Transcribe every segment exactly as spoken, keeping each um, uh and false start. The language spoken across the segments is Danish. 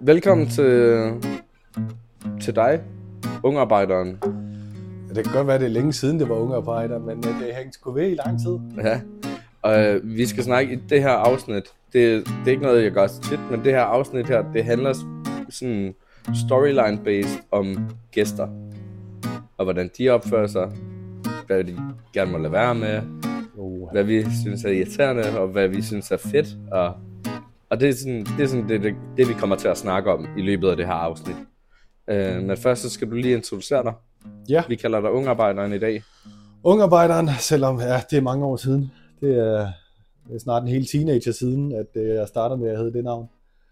Velkommen til, til dig, ungarbejderen. Det kan godt være, det er længe siden, det var ungearbejder, men det hængte sgu ved i lang tid. Ja, og øh, vi skal snakke i det her afsnit. Det, det er ikke noget, jeg gør så tit, men det her afsnit her, det handler sådan storyline-based om gæster. Og hvordan de opfører sig, hvad de gerne må lade være med, uh. hvad vi synes er irriterende, og hvad vi synes er fedt. Og, og det er sådan, det, er sådan det, det, det, vi kommer til at snakke om i løbet af det her afsnit. Uh, men først så skal du lige introducere dig. Ja. Vi kalder dig ungarbejderen i dag. Ungarbejderen, selvom ja, det er mange år siden. Det er, det er snart en hel teenager siden, at jeg startede med at hedde det navn.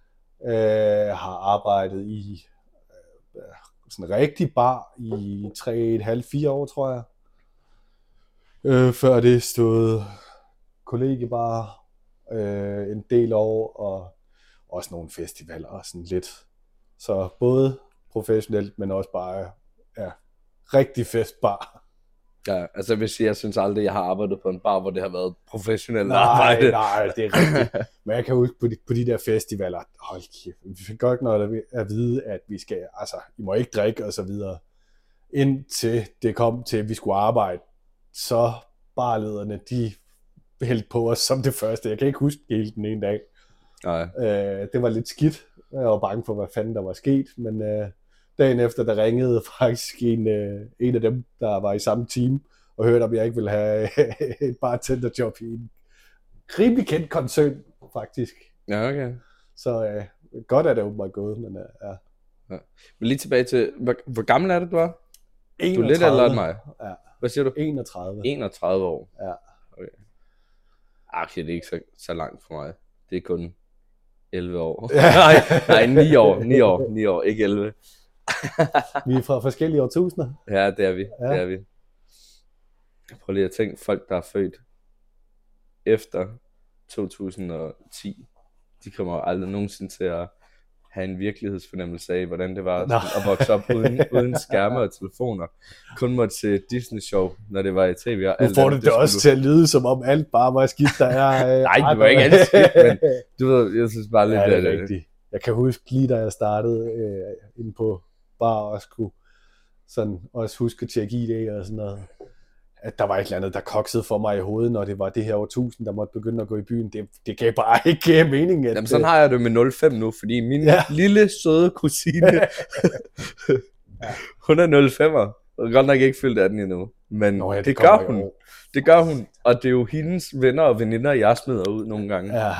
Jeg har arbejdet i øh, sådan en rigtig bar i tre et halvt fire år, tror jeg. Øh, før det stod kollegebar øh, en del år, og også nogle festivaler og sådan lidt. Så både professionelt, men også bare ja, rigtig festbar. Ja, altså hvis jeg synes aldrig, jeg har arbejdet på en bar, hvor det har været professionelt nej, arbejde. Nej, det er rigtigt. Men jeg kan huske på de, på de der festivaler, hold kæft, vi fik godt noget at vide, at vi skal, altså, I må ikke drikke og så videre. Indtil det kom til, at vi skulle arbejde, så barlederne, de hældte på os som det første. Jeg kan ikke huske hele den ene dag. Nej. Øh, det var lidt skidt. Jeg var bange for, hvad fanden der var sket, men øh, dagen efter, der ringede faktisk en, øh, en af dem, der var i samme team, og hørte, om jeg ikke ville have et bartenderjob i en rimelig kendt koncern, faktisk. Ja, okay. Så øh, godt er det åbenbart gået, men øh, ja. Ja. Men lige tilbage til, hvor, hvor gammel er det, du er? enogtredive. Du er lidt ældre end mig. Ja. Hvad siger du? enogtredive. enogtredive år. Ja. Okay. Actually, det er ikke så, så langt for mig. Det er kun elleve år. nej, nej, ni år. ni år. ni år, ikke elleve. Vi er fra forskellige årtusinder. Ja, det er vi. Ja. Det er vi. Prøv lige at tænke, folk der er født efter to tusind og ti, de kommer aldrig nogensinde til at have en virkelighedsfornemmelse af, hvordan det var at vokse op uden, uden skærme og telefoner. Kun måtte se Disney-show, når det var i tv. Og nu får det det også du... til at lyde, som om alt bare var skidt, der er... Øh, Nej, det var ikke alt skidt, men du ved, jeg synes bare lidt... Ja, det er rigtigt. Jeg kan huske lige, da jeg startede øh, inde på bar og skulle sådan også huske at tjekke I D og sådan noget, at der var et eller andet, der koksede for mig i hovedet, når det var det her årtusind, der måtte begynde at gå i byen. Det, det gav bare ikke mening. At, Jamen sådan har jeg det med nul fem nu, fordi min ja. lille søde kusine, ja. hun er nul femmer, og godt nok ikke fyldt atten endnu, men Nå, ja, det, det gør hun. Det gør hun, og det er jo hendes venner og veninder, jeg smider ud nogle gange. Ja.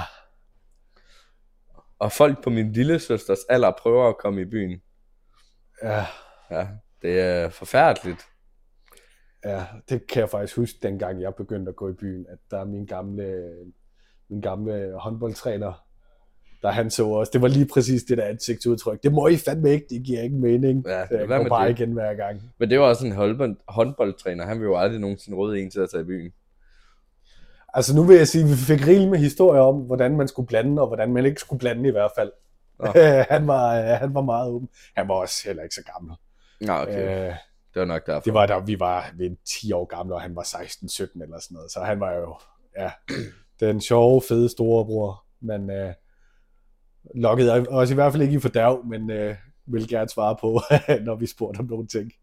Og folk på min lille søsters alder prøver at komme i byen. Ja. Ja, det er forfærdeligt. Ja, det kan jeg faktisk huske, dengang jeg begyndte at gå i byen, at der er min gamle, min gamle håndboldtræner, der han så også, det var lige præcis det der ansigtsudtryk. Det må I fandme ikke, det giver ikke mening. Ja, så jeg går bare det? igen hver gang. Men det var også en håndbold, håndboldtræner, han vil jo aldrig nogensinde råde en til at tage i byen. Altså nu vil jeg sige, at vi fik rigeligt med historier om, hvordan man skulle blande, og hvordan man ikke skulle blande i hvert fald. han, var, han var meget åben. Han var også heller ikke så gammel. Nå, okay. Øh, det var nok derfor. Det var da vi var ved ti år gamle, og han var seksten sytten eller sådan noget. Så han var jo, ja, den sjove, fede storebror. Men øh, lokkede os i hvert fald ikke i fordærv, men øh, ville gerne svare på, når vi spurgte om nogle ting.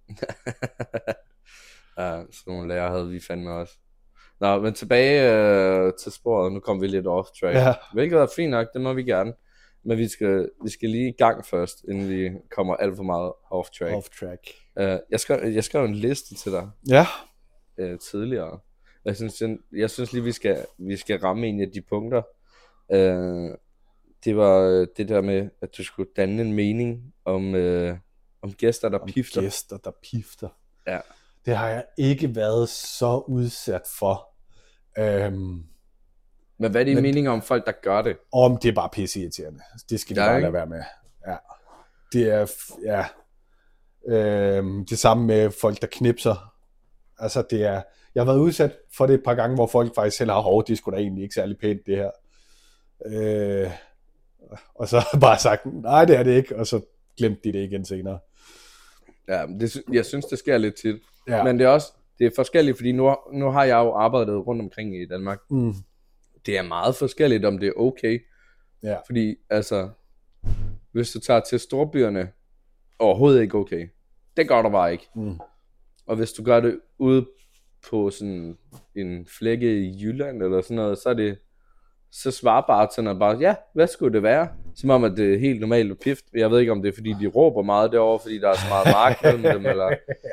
Ja, sådan nogle lærer havde vi fandme også. Nå, men tilbage øh, til sporet. Nu kom vi lidt off track. Ja. Hvilket er fint nok, det må vi gerne. Men vi skal, vi skal lige i gang først, inden vi kommer alt for meget off track. Off track. Uh, jeg, skrev, jeg skrev en liste til dig. Ja. Uh, tidligere. Jeg synes, jeg, jeg synes lige, vi skal, vi skal ramme en af de punkter. Uh, det var det der med, at du skulle danne en mening om, uh, om gæster, der om pifter. gæster, der pifter. Ja. Det har jeg ikke været så udsat for. Um, Men hvad er din men, mening om folk, der gør det? Om det er bare pisseirriterende. Det skal de bare lade være med. Ja. Det er, ja. Øhm, det samme med folk, der knipser. Altså det er, jeg har været udsat for det et par gange, hvor folk faktisk selv har hårdt, det skulle da egentlig ikke særlig pænt det her. Øh, og så bare sagt, nej det er det ikke, og så glemte de det igen senere. Ja, det, jeg synes det sker lidt tit. Ja. Men det er også, det er forskelligt, fordi nu, nu har jeg jo arbejdet rundt omkring i Danmark. Mm. Det er meget forskelligt, om det er okay. Ja. Fordi, altså, hvis du tager til storbyerne, overhovedet ikke okay. Det gør du bare ikke. Mm. Og hvis du gør det ude på sådan en flække i Jylland eller sådan noget, så er det, så svarer bartenderen bare, ja, hvad skulle det være? Som om, at det er helt normalt og pift. Jeg ved ikke, om det er, fordi de råber meget derovre, fordi der er så meget mark mellem dem, eller...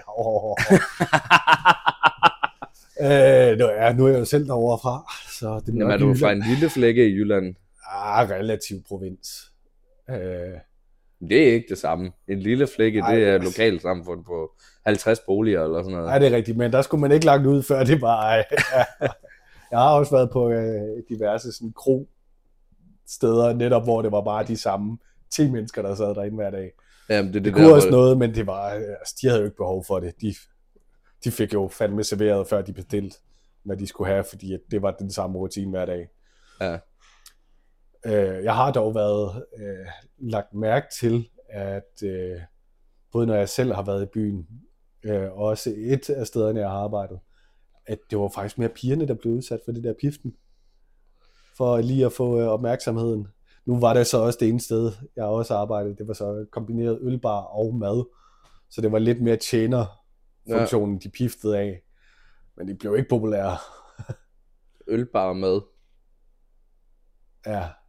øh, nu, ja, nu er jeg jo selv derovre fra, så det er Jamen, er du fra en lille flække i Jylland? Ah, relativ provins. Øh... Det er ikke det samme. En lille flække, Ej, det er et lokalt samfund på halvtreds boliger eller sådan noget. Nej, det er rigtigt, men der skulle man ikke langt ud, før det var... Ja. Jeg har også været på øh, diverse sådan kro-steder, netop hvor det var bare de samme ti mennesker, der sad derinde hver dag. Jamen, det, det, det kunne der, også det... noget, men det var, altså, de havde jo ikke behov for det. De, de fik jo fandme serveret, før de bestilte, hvad de skulle have, fordi det var den samme rutine hver dag. Ja. Øh, jeg har dog været øh, lagt mærke til, at øh, både når jeg selv har været i byen, øh, og også et af stederne, jeg har arbejdet, at det var faktisk mere pigerne, der blev udsat for det der piften, for lige at få øh, opmærksomheden. Nu var det så også det ene sted, jeg også arbejdede, det var så kombineret ølbar og mad, så det var lidt mere tjenerfunktionen, ja. De piftede af, men de blev ikke populære. Ølbar og mad? Ja.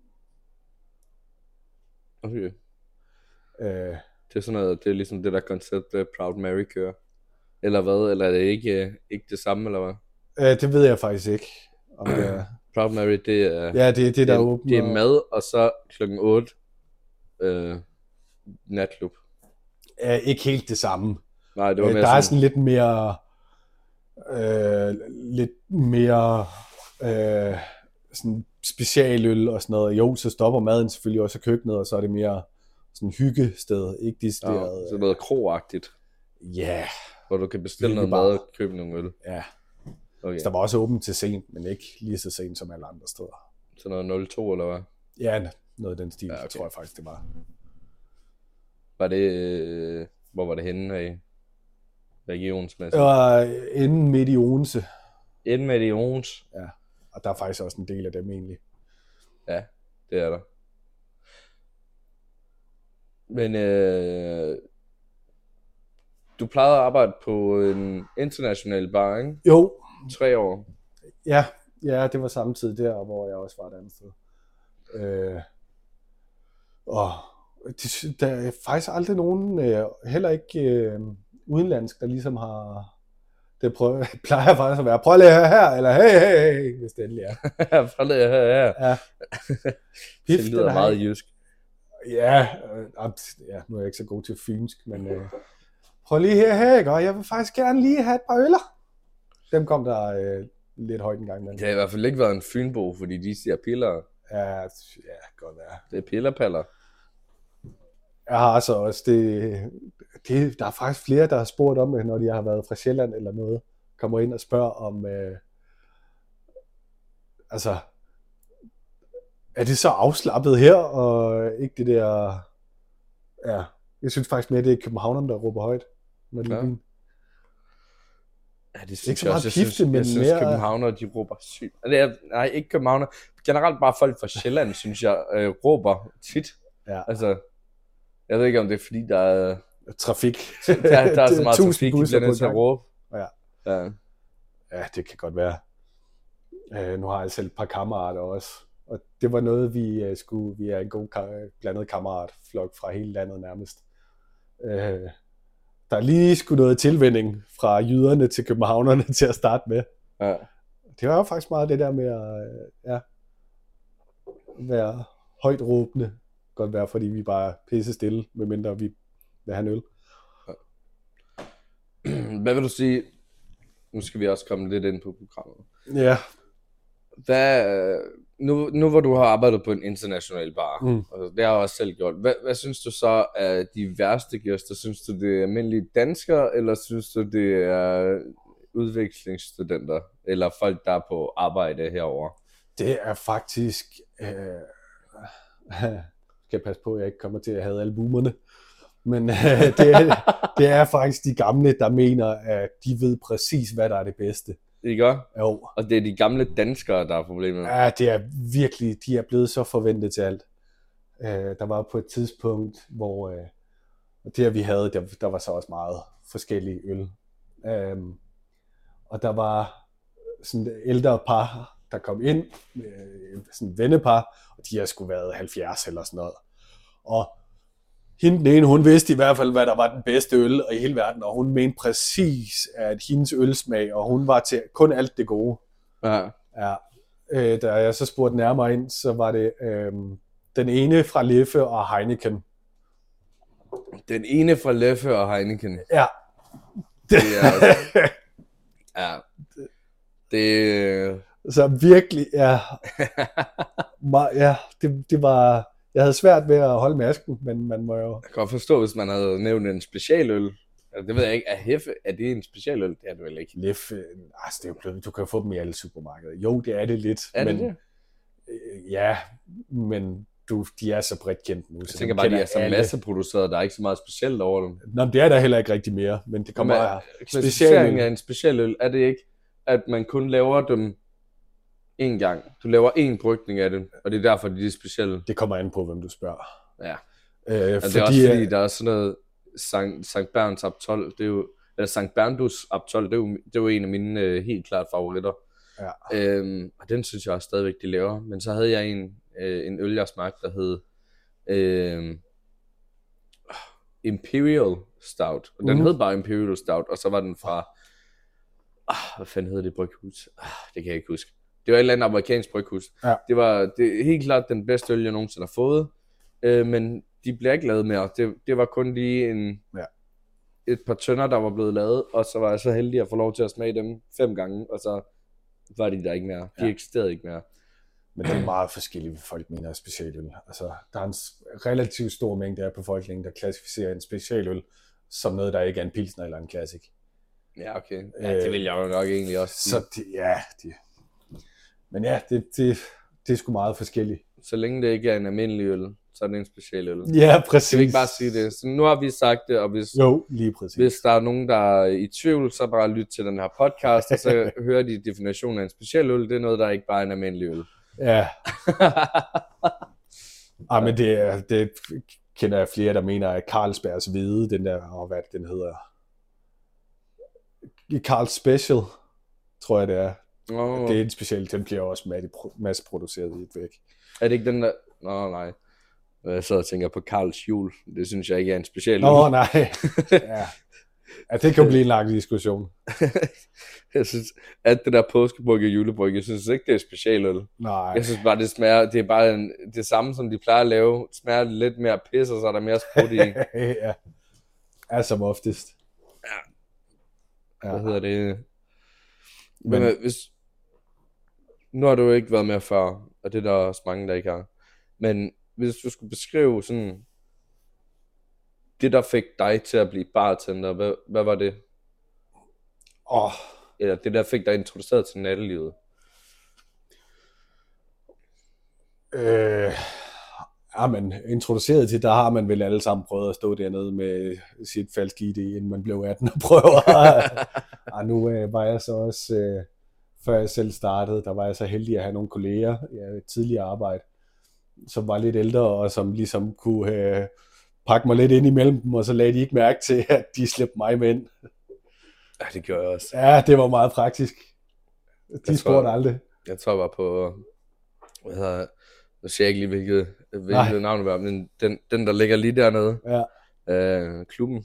Okay. Øh, det er sådan noget, det er ligesom det der koncept, uh, Proud Mary kører. Eller hvad? Eller er det ikke, uh, ikke det samme, eller hvad? Øh, det ved jeg faktisk ikke. Om det er... Proud Mary, det er... Ja, det er det, der åbner... Det er mad, og så klokken otte øh, natklub. Ja, ikke helt det samme. Nej, det var mere der sådan... er sådan lidt mere... Øh, lidt mere... Øh, sådan specialøl og sådan noget. Jo, så stopper maden selvfølgelig også i køkkenet, og så er det mere sådan hyggested, ikke decideret. Ja, så noget kroagtigt. Ja. Yeah. Hvor du kan bestille noget mad og købe nogle øl. Ja. Okay. Så der var også åbent til sent, men ikke lige så sent som alle andre steder. Så noget nul to eller hvad? Ja, noget af den stil, ja, okay. Tror jeg faktisk, det var. Var det... Øh, hvor var det henne af regionsmæssigt? Det var inden midt i Odense. Inden midt i Odense? Ja. Og der er faktisk også en del af dem egentlig. Ja, det er der. Men øh, du plejede at arbejde på en international bar, ikke? Jo. Tre år. Ja, ja, det var samtidig der, hvor jeg også var et andet sted. Øh, og det, der er faktisk aldrig nogen, øh, heller ikke øh, udenlandsk, der ligesom har... Det prøver, plejer faktisk at være, prøv lige her, her, eller hey, hey, hey, hvis det endelig er. Prøv lige her, her. Ja. Pif, det lyder meget jysk. Ja, øh, ja, nu er jeg ikke så god til fynsk, men øh, prøv lige her, her, og jeg vil faktisk gerne lige have et par øller. Dem kom der øh, lidt højt en gang. Men... Det har i hvert fald ikke været en fynbo, fordi de siger piller. Ja, ja, godt være. Det er pillerpaller. Jeg har så også, det, det, der er faktisk flere, der har spurgt om det, når de har været fra Sjælland eller noget, kommer ind og spørger om, øh, altså, er det så afslappet her, og ikke det der, ja, jeg synes faktisk mere, det er københavnerne, der råber højt, når de er byen. Ja, det synes ikke så jeg meget også. Jeg pifte, synes, men jeg synes mere... københavner, de råber sygt. Nej, ikke københavner. Generelt bare folk fra Sjælland, synes jeg, øh, råber tit. Ja. Altså, jeg ved ikke, om det er fordi, der er... Trafik. Der, der er så meget trafik, de bliver nødt til at råbe. Ja. Ja. Ja, det kan godt være. Øh, nu har jeg selv et par kammerater også. Og det var noget, vi uh, skulle... Vi er en god blandet kammeratflok fra hele landet nærmest. Øh, der er lige skulle noget tilvænning fra jyderne til københavnerne til at starte med. Ja. Det var jo faktisk meget det der med at ja, være højt råbende. Godt være, fordi vi bare er pisse stille, medmindre vi vil have en øl. Ja. Hvad vil du sige? Nu skal vi også komme lidt ind på programmet. Ja. Hvad, nu, nu hvor du har arbejdet på en international bar, mm. altså, det har jeg også selv gjort, hvad, hvad synes du så er de værste gæster? Synes du det er almindelige danskere, eller synes du det er udvekslingsstudenter, eller folk der er på arbejde herover? Det er faktisk, øh, skal jeg passe på, at jeg ikke kommer til at have albumerne, men øh, det, er, det er faktisk de gamle, der mener, at de ved præcis, hvad der er det bedste. Ikke? Jo. Og det er de gamle danskere, der er problemet. Ja, det er virkelig, de er blevet så forventet til alt. Øh, der var på et tidspunkt, hvor øh, det vi havde, der, der var så også meget forskellige øl. Øh, og der var sådan et ældre par, der kom ind, øh, sådan et vennepar, og de har sgu været halvfjerds eller sådan noget. Og hende den ene, hun vidste i hvert fald, hvad der var den bedste øl i hele verden, og hun mente præcis, at hendes ølsmag, og hun var til kun alt det gode. Ja. Ja. Øh, da jeg så spurgte nærmere ind, så var det øh, den ene fra Leffe og Heineken. Den ene fra Leffe og Heineken. Ja. Det er altså, ja. Det... Så virkelig, ja. ja det, det var... Jeg havde svært ved at holde masken, men man må jo... Jeg kan godt forstå, hvis man havde nævnt en specialøl. Altså, det ved jeg ikke. Er Heffe, er det en specialøl? Det er det vel ikke. Leffe, altså det er jo blevet, du kan jo få dem i alle supermarkeder. Jo, det er det lidt. Er det men, det? Øh, ja, men du, de er så bredt kendt nu. Jeg tænker bare, de er så masseproduceret, der er ikke så meget specielt over dem. Nå, det er der heller ikke rigtig mere, men det kommer af specialøl. Af en specialøl, er det ikke, at man kun laver dem en gang. Du laver en brygning af dem, og det er derfor, de er specielle. Det kommer an på, hvem du spørger. Ja. Øh, altså, fordi, det er også fordi, der er sådan noget Sankt, Sankt Bernds Abtol, det er jo, eller Sankt Bernardus Abtol, det er jo, det er jo en af mine øh, helt klart favoritter. Ja. Øhm, og den synes jeg også stadigvæk, de laver. Men så havde jeg en, øh, en øl, jeg smagte, der hed øh, Imperial Stout. Og den mm. hed bare Imperial Stout, og så var den fra, ah, hvad fanden hedder det bryghus? Ah, det kan jeg ikke huske. Det var et eller andet amerikansk bryghus. Ja. Det var det er helt klart den bedste øl, jeg nogensinde har fået. Øh, men de bliver ikke lavet mere. Det, det var kun lige en, ja. et par tønder, der var blevet lavet, og så var jeg så heldig at få lov til at smage dem fem gange, og så var de der ikke mere. De ja. eksisterede ikke mere. Men det er meget forskelligt, hvad folk mener er specialøl. Altså, der er en relativt stor mængde af befolkningen, der klassificerer en specialøl som noget, der ikke er en pilsner eller en classic. Ja, okay. Ja, det vil jeg jo nok egentlig også sige. Så det, ja, det... Men ja, det, det, det er sgu meget forskelligt. Så længe det ikke er en almindelig øl, så er det en special øl. Ja, præcis. Skal vi ikke bare sige det? Så nu har vi sagt det, og hvis, jo, lige præcis. Hvis der er nogen, der er i tvivl, så bare lyt til den her podcast, og så hører de definitionen af en special øl. Det er noget, der ikke bare er en almindelig øl. Ja. Ej, men det, det kender jeg flere, der mener, at Carlsbergs hvide, den der, og hvad den hedder, Carl Special, tror jeg det er. Oh. Det er en speciel, den bliver også masseproduceret i et væk. Er det ikke den der? Nå, nej. Jeg sidder og tænker på Karls jul. Det synes jeg ikke er en speciel. Nå, nej. Ja. Ja, det kan jo blive en lang diskussion. Jeg synes, at det der påskebryg og julebryg, jeg synes ikke, det er specialøl. Nej. Jeg synes bare, det smager, det er bare en, det samme, som de plejer at lave. Det smager lidt mere pis, og så er der mere sprut i. Ja. Ja, som oftest. Ja. Hvad ja. hedder det? Men, Men hvis... Nu har du jo ikke været med før, og det er der også mange, der ikke har. Men hvis du skulle beskrive sådan... Det, der fik dig til at blive bartender, hvad, hvad var det? Åh. Oh. Eller det, der fik dig introduceret til nattelivet? Øh, ja, men introduceret til, der har man vel alle sammen prøvet at stå dernede med sit falske I D, inden man blev atten og prøver. Og nu øh, var jeg så også, øh, før jeg selv startede, der var jeg så heldig at have nogle kolleger i tidligere arbejde, som var lidt ældre, og som ligesom kunne øh, pakke mig lidt ind imellem dem, og så lagde de ikke mærke til, at de slæbte mig med ind. Ja, det gjorde jeg også. Ja, det var meget praktisk. De jeg spurgte tror, aldrig. Jeg tror bare på, hvad hedder, nu siger jeg ikke lige, hvilket, hvilket navn det var, men den, den, der ligger lige dernede, ja. øh, klubben.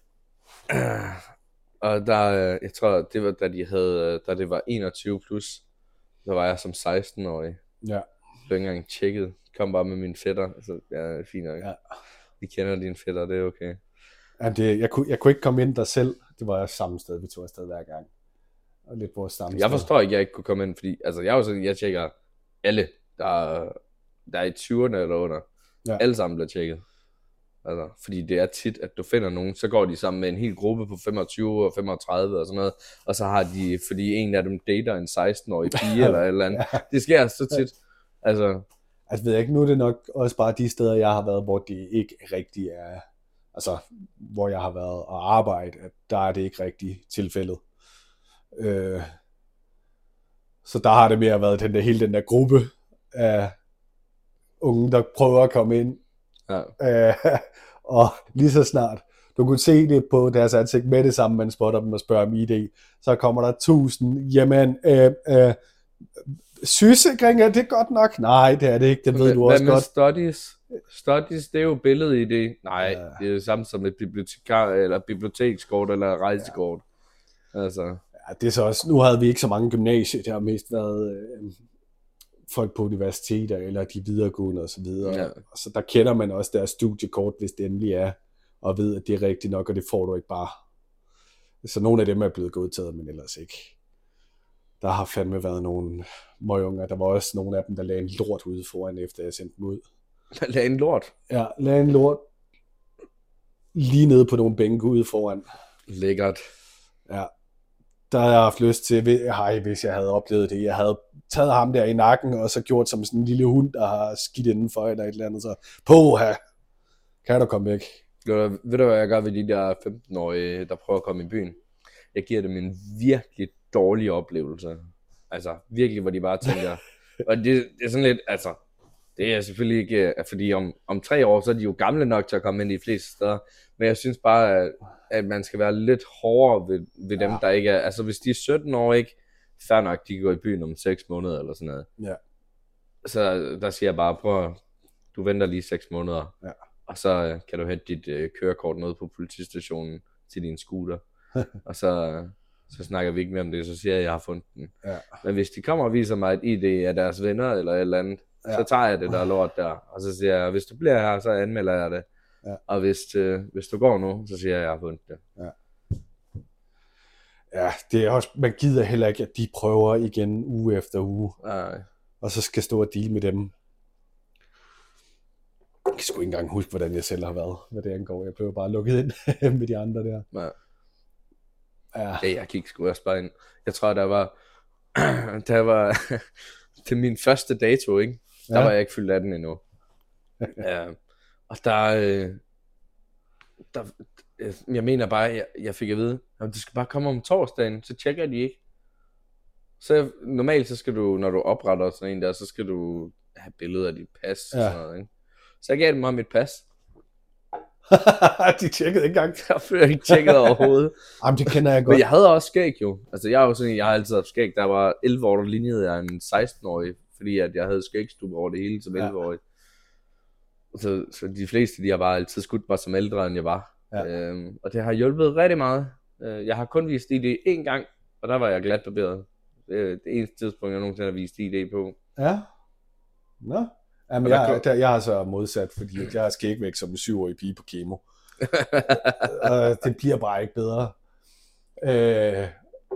Og der, jeg tror, det var, da de havde, da det var enogtyve plus, der var jeg som seksten-årig. Ja. Jeg blev ikke engang tjekket. Kom bare med mine fætter. Altså, ja, det er fint nok. Ja. Vi kender dine fætter, det er okay. Ja, det, jeg, kunne, jeg kunne ikke komme ind der selv. Det var samme sted, vi tog afsted hver gang. Og lidt vores samme Jeg forstår ikke, at jeg ikke kunne komme ind, fordi altså, jeg, var sådan, jeg tjekker alle, der, der er i tyverne eller under. Ja. Alle sammen bliver tjekket. Altså, fordi det er tit, at du finder nogen, så går de sammen med en hel gruppe på femogtyve og femogtredive og sådan noget, og så har de, fordi en af dem dater en seksten-årig pige eller et eller andet. Ja. Det sker så tit. Altså, altså ved jeg ikke, nu er det nok også bare de steder, jeg har været, hvor det ikke rigtig er, altså hvor jeg har været og arbejde, at der er det ikke rigtig tilfældet. Øh, så der har det mere været den der, hele den der gruppe af unge, der prøver at komme ind, Ja. Øh, og lige så snart, du kunne se det på deres ansigt med det samme, man spotter dem og spørger om I D, så kommer der tusind, jamen, øh, øh, sygesikring, er det godt nok? Nej, det er det ikke, det ved Hvad, du også hvad med godt. studies? Studies, det er jo billede i det. Nej, Ja. det er det samme som et bibliotekar, eller bibliotekskort, eller rejsekort. Ja. Altså. Ja, det er så også, nu havde vi ikke så mange gymnasier, det har mest været øh, folk på universiteter, eller de videregående og så videre. Ja. Og så der kender man også deres studiekort, hvis det endelig er, og ved, at det er rigtigt nok, og det får du ikke bare. Så nogle af dem er blevet godtaget, men ellers ikke. Der har fandme været nogle møgunger. Der var også nogle af dem, der lagde en lort ude foran, efter jeg sendte dem ud. Lagde en lort? Ja, lagde en lort lige nede på nogle bænke ude foran. Lækkert. Ja, der havde jeg haft lyst til, hej, hvis jeg havde oplevet det. Jeg havde taget ham der i nakken, og så gjort som sådan en lille hund, der har skidt indenfor, eller et eller andet. Så, poha, kan du komme væk? Ved du, hvad jeg gør ved de der femten-årige, der prøver at komme i byen? Jeg giver dem en virkelig dårlig oplevelse. Altså, virkelig, hvor de bare tænker... og det, det er sådan lidt, altså... Det er selvfølgelig ikke... Fordi om, om tre år, så er de jo gamle nok til at komme ind i de fleste steder. Men jeg synes bare, at, at man skal være lidt hårdere ved, ved dem, ja. Der ikke er... Altså, hvis de er sytten år, ikke... Fair nok, de kan gå i byen om seks måneder, eller sådan noget. Ja. Så der siger jeg bare, prøv at... Du venter lige seks måneder. Ja. Og så øh, kan du hente dit øh, kørekort ned på politistationen til din scooter. og så, øh, så snakker vi ikke mere om det, så siger jeg, at jeg har fundet den. Ja. Men hvis de kommer og viser mig et I D af deres venner eller et eller andet, ja. Så tager jeg det der lort der. Og så siger jeg, hvis du bliver her, så anmelder jeg det. Ja. Og hvis, øh, hvis du går nu, så siger jeg, at jeg har fundet det. Ja. Ja, det er også, man gider heller ikke, at de prøver igen uge efter uge. Nej. Og så skal stå og deal med dem. Jeg kan sgu ikke engang huske, hvordan jeg selv har været, hvad det angår. Jeg blev bare lukket ind med de andre der. Ja. Ja. Ja, jeg gik sgu også bare ind. Jeg tror, der var, der var til min første dato, ikke? Der ja. Var jeg ikke fyldt atten endnu. Ja. Og der, der, jeg mener bare, jeg, jeg fik at vide, at du skal bare komme om torsdagen, så tjekker de ikke. Så normalt, så skal du, når du opretter sådan en der, så skal du have billeder af dit pas og ja. Sådan noget, ikke? Så jeg gav dem mig mit pas. De tjekkede ikke engang. Jeg følte ikke tjekket overhovedet. Jamen, det kender jeg godt. Men jeg havde også skæg jo. Altså jeg er jo sådan, jeg har altid haft skæg. Der var elleve år, der lignede jeg en seksten-årig, fordi at jeg havde skægstub over det hele som elleve-årig. Så, så de fleste, de har bare altid skudt mig som ældre, end jeg var. Ja. Øhm, og det har hjulpet rigtig meget. Jeg har kun vist I D én gang, og der var jeg glat barberet. Det er det eneste tidspunkt, jeg nogensinde har vist I D på. Ja. Nå. Jamen, jeg, der, jeg har så modsat, fordi jeg skal ikke væk som en syvårig pige på kemo. Og det bliver bare ikke bedre. Øh,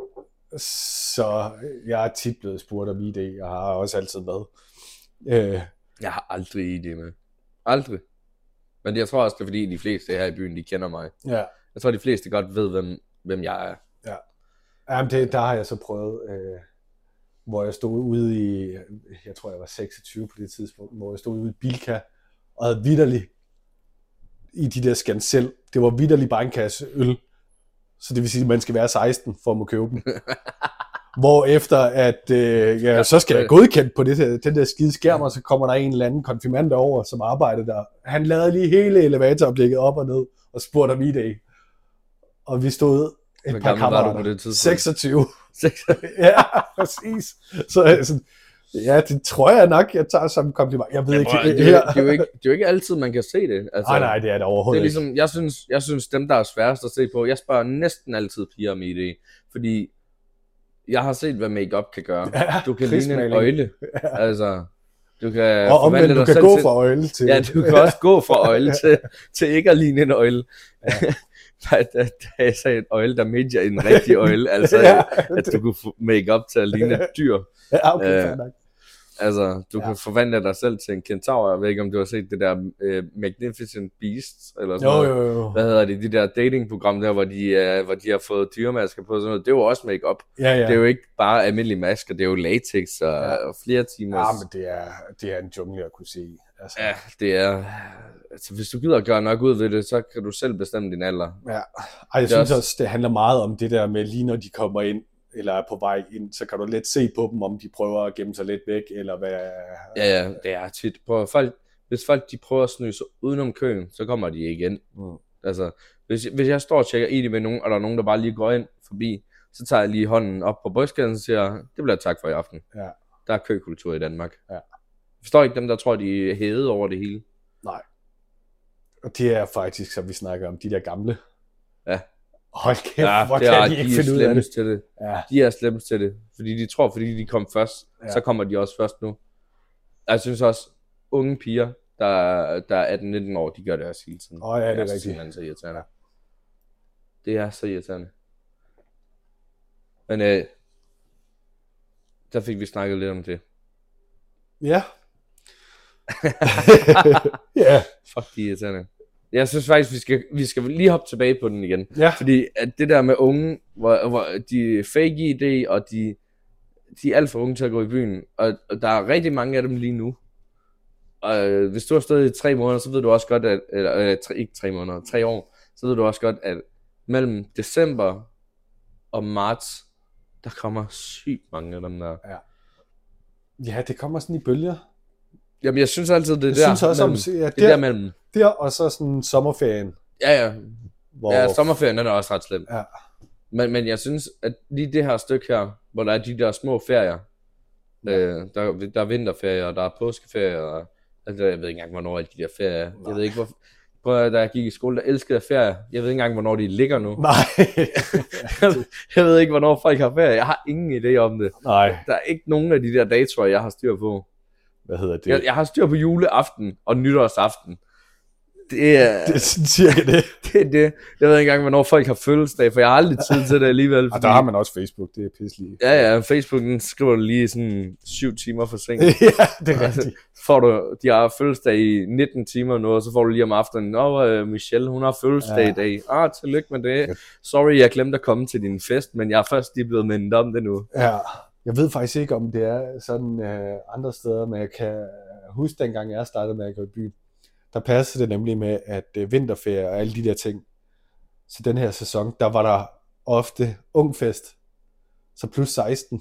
så jeg er tit blevet spurgt om I D, jeg har også altid været. Øh, jeg har aldrig I D med. Aldrig. Men jeg tror også, det er fordi de fleste her i byen, de kender mig. Ja. Jeg tror, de fleste godt ved, hvem, hvem jeg er. Ja. Jamen, det, der har jeg så prøvet... Øh, hvor jeg stod ude i, jeg tror jeg var seksogtyve på det tidspunkt, hvor jeg stod ude i Bilka, og havde vitterligt i de der Scansel, det var vitterligt bare en kasse øl, så det vil sige, at man skal være seksten for at må købe dem. Hvor efter at, øh, ja, så skal jeg godkendt på det, den der skide skærm, og så kommer der en eller anden konfirmand over, som arbejder der. Han lavede lige hele elevatoroplægget op og ned, og spurgte om I D. Og vi stod et Hvor par kammerater. seksogtyve. Ja, præcis. Så altså, ja, det tror jeg nok, jeg tager som kompliment. Jeg ved ja, ikke, det, det, det, er jo ikke, det er jo ikke altid, man kan se det. Altså, nej, nej, det er det overhovedet det er ligesom, jeg synes, jeg synes, dem, der er sværest at se på, jeg spørger næsten altid piger om I D, fordi jeg har set, hvad make-up kan gøre. Ja, du kan ligne en øjle. Ja. Altså, du kan og omvendt, du kan gå fra øjle til... Ja, du kan også gå fra øjle til, til ikke at ligne en øjle. Ja. Da, da, da jeg sagde en øjle, der mente jeg en rigtig øjle, altså ja, at du kunne få make-up til at ligne et dyr. Ja, okay, øh, altså, du ja. Kan forvandle dig selv til en kentaur. Jeg ved ikke, om du har set det der uh, Magnificent Beasts, eller sådan jo, noget. Jo, jo. Hvad hedder det, de der datingprogram der, hvor de, uh, hvor de har fået dyremasker på, sådan noget. Det er jo også make-up. Ja, ja. Det er jo ikke bare almindelige masker, det er jo latex og, ja. Og flere timer. Ja, men det er, det er en jungle at kunne se. Altså. Ja, det er... Altså, hvis du gider at gøre nok ud ved det, så kan du selv bestemme din alder. Ja, Ej, jeg det synes også, også, det handler meget om det der med, lige når de kommer ind, eller er på vej ind, så kan du let se på dem, om de prøver at gemme sig lidt væk, eller hvad... Ja, ja, det er tit. Prøv, folk, hvis folk de prøver at snyde sig udenom køen, så kommer de igen. Mm. Altså, hvis, hvis jeg står og tjekker I D med nogen, og der er nogen, der bare lige går ind forbi, så tager jeg lige hånden op på brystkassen og siger, det bliver tak for i aften. Ja. Der er køkultur i Danmark. Ja. Jeg forstår ikke dem, der tror, de er hævet over det hele. Nej. Og det er faktisk, som vi snakker om, de der gamle. Ja. Hold kæft, Ja, hvor det kan er, de ikke de er finde ud af det. slemmest til det. Ja. De er slemmest til det. Fordi de tror, fordi de kom først, Ja. så kommer de også først nu. Jeg synes også, unge piger, der, der er atten nitten år, de gør det også hele tiden. Åh, ja, det er så rigtigt. simpelthen så irriterende. Det er så irriterende. Men øh, der fik vi snakket lidt om det. Ja. Ja. Fuck, de er irriterende. Jeg synes faktisk, vi skal, vi skal lige hoppe tilbage på den igen. Ja. Fordi at det der med unge, hvor, hvor de er fake I D, og de, de er alt for unge til at gå i byen. Og, og der er rigtig mange af dem lige nu. Og øh, hvis du har stået i tre måneder, så ved du også godt, at, eller øh, tre, ikke tre måneder, tre år, så ved du også godt, at mellem december og marts, der kommer sygt mange af dem der. Ja. Ja, det kommer sådan i bølger. Jamen, jeg synes altid, det er Jeg der. synes også, om, mellem, ja, det er der, der mellem. der, og så sådan sommerferien. Ja, ja. Hvor, Ja, sommerferien den er også ret slem. Ja. Men, men jeg synes, at lige det her stykke her, hvor der er de der små ferier, ja. øh, der, der er vinterferier, og der er påskeferier, og altså, jeg ved ikke engang, hvornår alle de der ferier er. Jeg ved ikke, hvor... Prøv at, da jeg gik i skole, der elskede jeg ferier. Jeg ved ikke engang, hvornår de ligger nu. Nej. Jeg ved ikke, hvornår folk har ferie. Jeg har ingen idé om det. Nej. Der er ikke nogen af de der datoer, jeg har styr på. Hvad hedder det? Jeg, jeg har styr på juleaften og nytårsaften. Det er Det er sådan cirka det. det, er det. Jeg ved ikke engang, hvornår folk har fødselsdag, for jeg har aldrig tid til det alligevel. Og der har man også Facebook, det er pisselig. Ja, ja, Facebook, den skriver du lige sådan syv timer for sent. Ja, det er rigtigt. Så får du, de har fødselsdag i nitten timer nu, og så får du lige om aftenen, nå, uh, Michelle, hun har fødselsdag Ja. i dag. Ah, tillykke med det. Sorry, jeg glemte at komme til din fest, men jeg er først lige blevet mindet om det nu. Ja, jeg ved faktisk ikke, om det er sådan øh, andre steder, men jeg kan huske, dengang jeg startede med at gå i byen, der passede det nemlig med, at øh, vinterferie og alle de der ting, så den her sæson, der var der ofte ungfest, så plus seksten.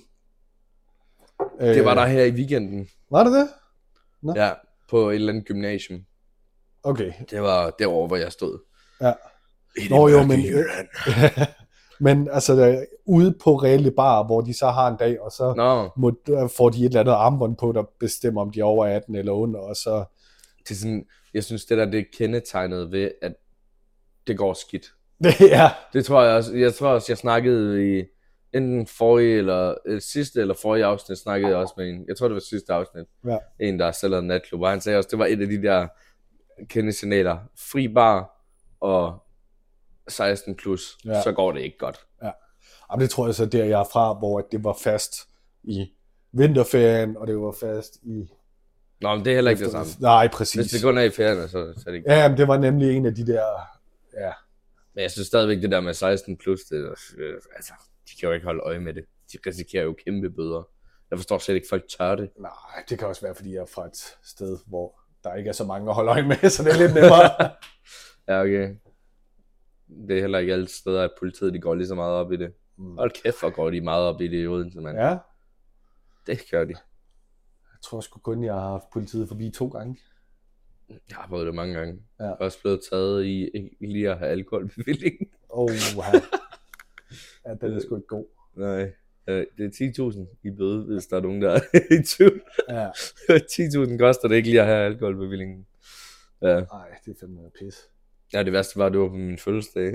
Det var der her i weekenden. Var det det? Nå. Ja, på et eller andet gymnasium. Okay. Det var derovre, hvor jeg stod. Ja. I Nå det jo, mørke men, Jylland. men altså der, ude på reelle bar, hvor de så har en dag, og så Nå, må, får de et eller andet armbånd på, der bestemmer, om de er over atten eller under, og så... det er sådan, jeg synes, det der det er kendetegnet ved, at det går skidt. ja. Det tror jeg også. Jeg tror også, jeg snakkede i enten forrige eller øh, sidste eller forrige afsnit, snakkede jeg også med en. Jeg tror, det var sidste afsnit. Ja. En, der sælger en natklub. Og han sagde også, det var et af de der kendesignaler. Fri bar og seksten plus, Ja. så går det ikke godt. Jamen, det tror jeg så der, jeg er fra, hvor det var fast i vinterferien, og det var fast i... Nå, men det er heller ikke det samme. Nej, præcis. Hvis det kun er i ferien, så, så er det ikke. Ja, men det var nemlig en af de der... Ja, Men jeg synes stadigvæk, det der med seksten plus, det, øh, altså, de kan jo ikke holde øje med det. De risikerer jo kæmpe bøder. Jeg forstår slet ikke, folk tør det. nej, det kan også være, fordi jeg er fra et sted, hvor der ikke er så mange at holde øje med, så det er lidt nemmere. Ja, okay. Det er heller ikke alle steder, at politiet de går lige så meget op i det. Mm. Hold kæft, hvor går de meget op i det i Odense, mand. Ja, Det gør de. jeg tror sgu kun, jeg har haft politiet forbi to gange. Jeg har prøvet det mange gange. Ja. Jeg er også blevet taget i ikke lige at have alkoholbevilling. Åh, oh, ja. ja, den er sgu ikke god. Nej. Øh, Det er ti tusind i bøde, hvis der er nogen, der er i tvivl. Ja, ti tusind koster det ikke lige at have alkoholbevillingen. Ja. nej, det er fandme pis. Ja, det værste var, at det var på min fødselsdag.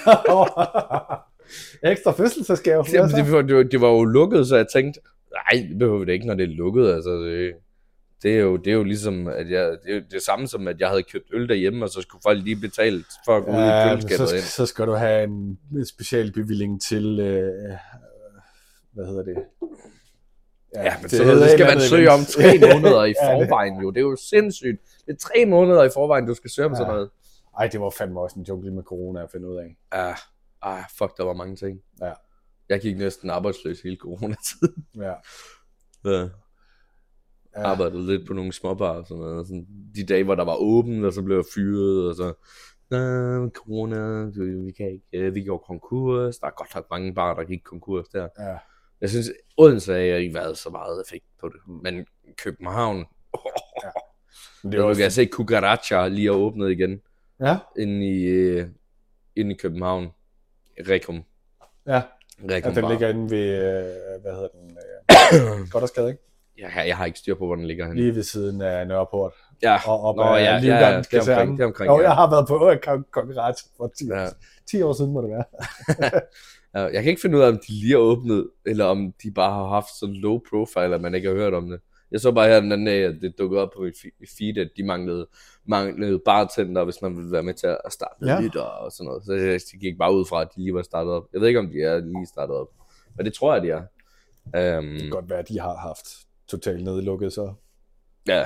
Ekstra fødselsdagsgave. Jamen, det, var, det, var, det var jo lukket, så jeg tænkte, nej, det behøver det ikke, når det er lukket. Altså, det, det, er jo, det er jo ligesom, at jeg, det er jo det samme som, at jeg havde købt øl derhjemme, og så skulle folk lige betale for at gå ud i Ja, køleskabet så, ind. så skal du have en special bevilling til, øh, hvad hedder det? Ja, men det så hedder det et skal eller man andet søge event. om tre måneder i Ja, det- forvejen jo. Det er jo sindssygt. Det er tre måneder i forvejen, du skal søge om Ja. sådan noget. Ej, det var fandme også en jungle med corona at finde ud af. Ah, ah, fuck, der var mange ting. Ja. Jeg gik næsten arbejdsløs hele coronatiden. Ja. Ja. Ja. Arbejdede lidt på nogle småbarer og sådan noget. Sådan de dage, hvor der var åbent, og så blev jeg fyret, og så... Nej, corona, vi kan ikke... øh, Vi går konkurs. Der er godt nok mange barer, der gik konkurs der. Ja. Jeg synes, Odense har ikke været så meget effekt på det. Men København... Oh, Ja. Det er også... Du kan se Cucaracha lige er åbnet igen. Ja. Inde i, øh, inde i København. Rekum. Ja. Rekum ja, den bar. ligger inde ved, øh, hvad hedder den? Øh, Goddersgade, ikke? Jeg har, jeg har ikke styr på, hvor den ligger henne. Lige ved siden af Nørreport. Ja. Og op Nå, ad ja, Livgarden ja, ja, det er Kaserne. omkring, det er omkring, Jo, ja. jeg har været på konkurrence for ti år. Ja. ti år siden må det være. Ja, jeg kan ikke finde ud af, om de lige er åbnet, eller om de bare har haft så low profile, at man ikke har hørt om det. Jeg så bare her den anden dag, at det dukkede op på mit feed, at de manglede, manglede bartender, hvis man ville være med til at starte Ja. lidt og sådan noget. Så jeg gik bare ud fra, at de lige var startet op. Jeg ved ikke, om de er lige startet op, men det tror jeg, de er. Um, Det kan godt være, at de har haft totalt nedlukket, så... Ja.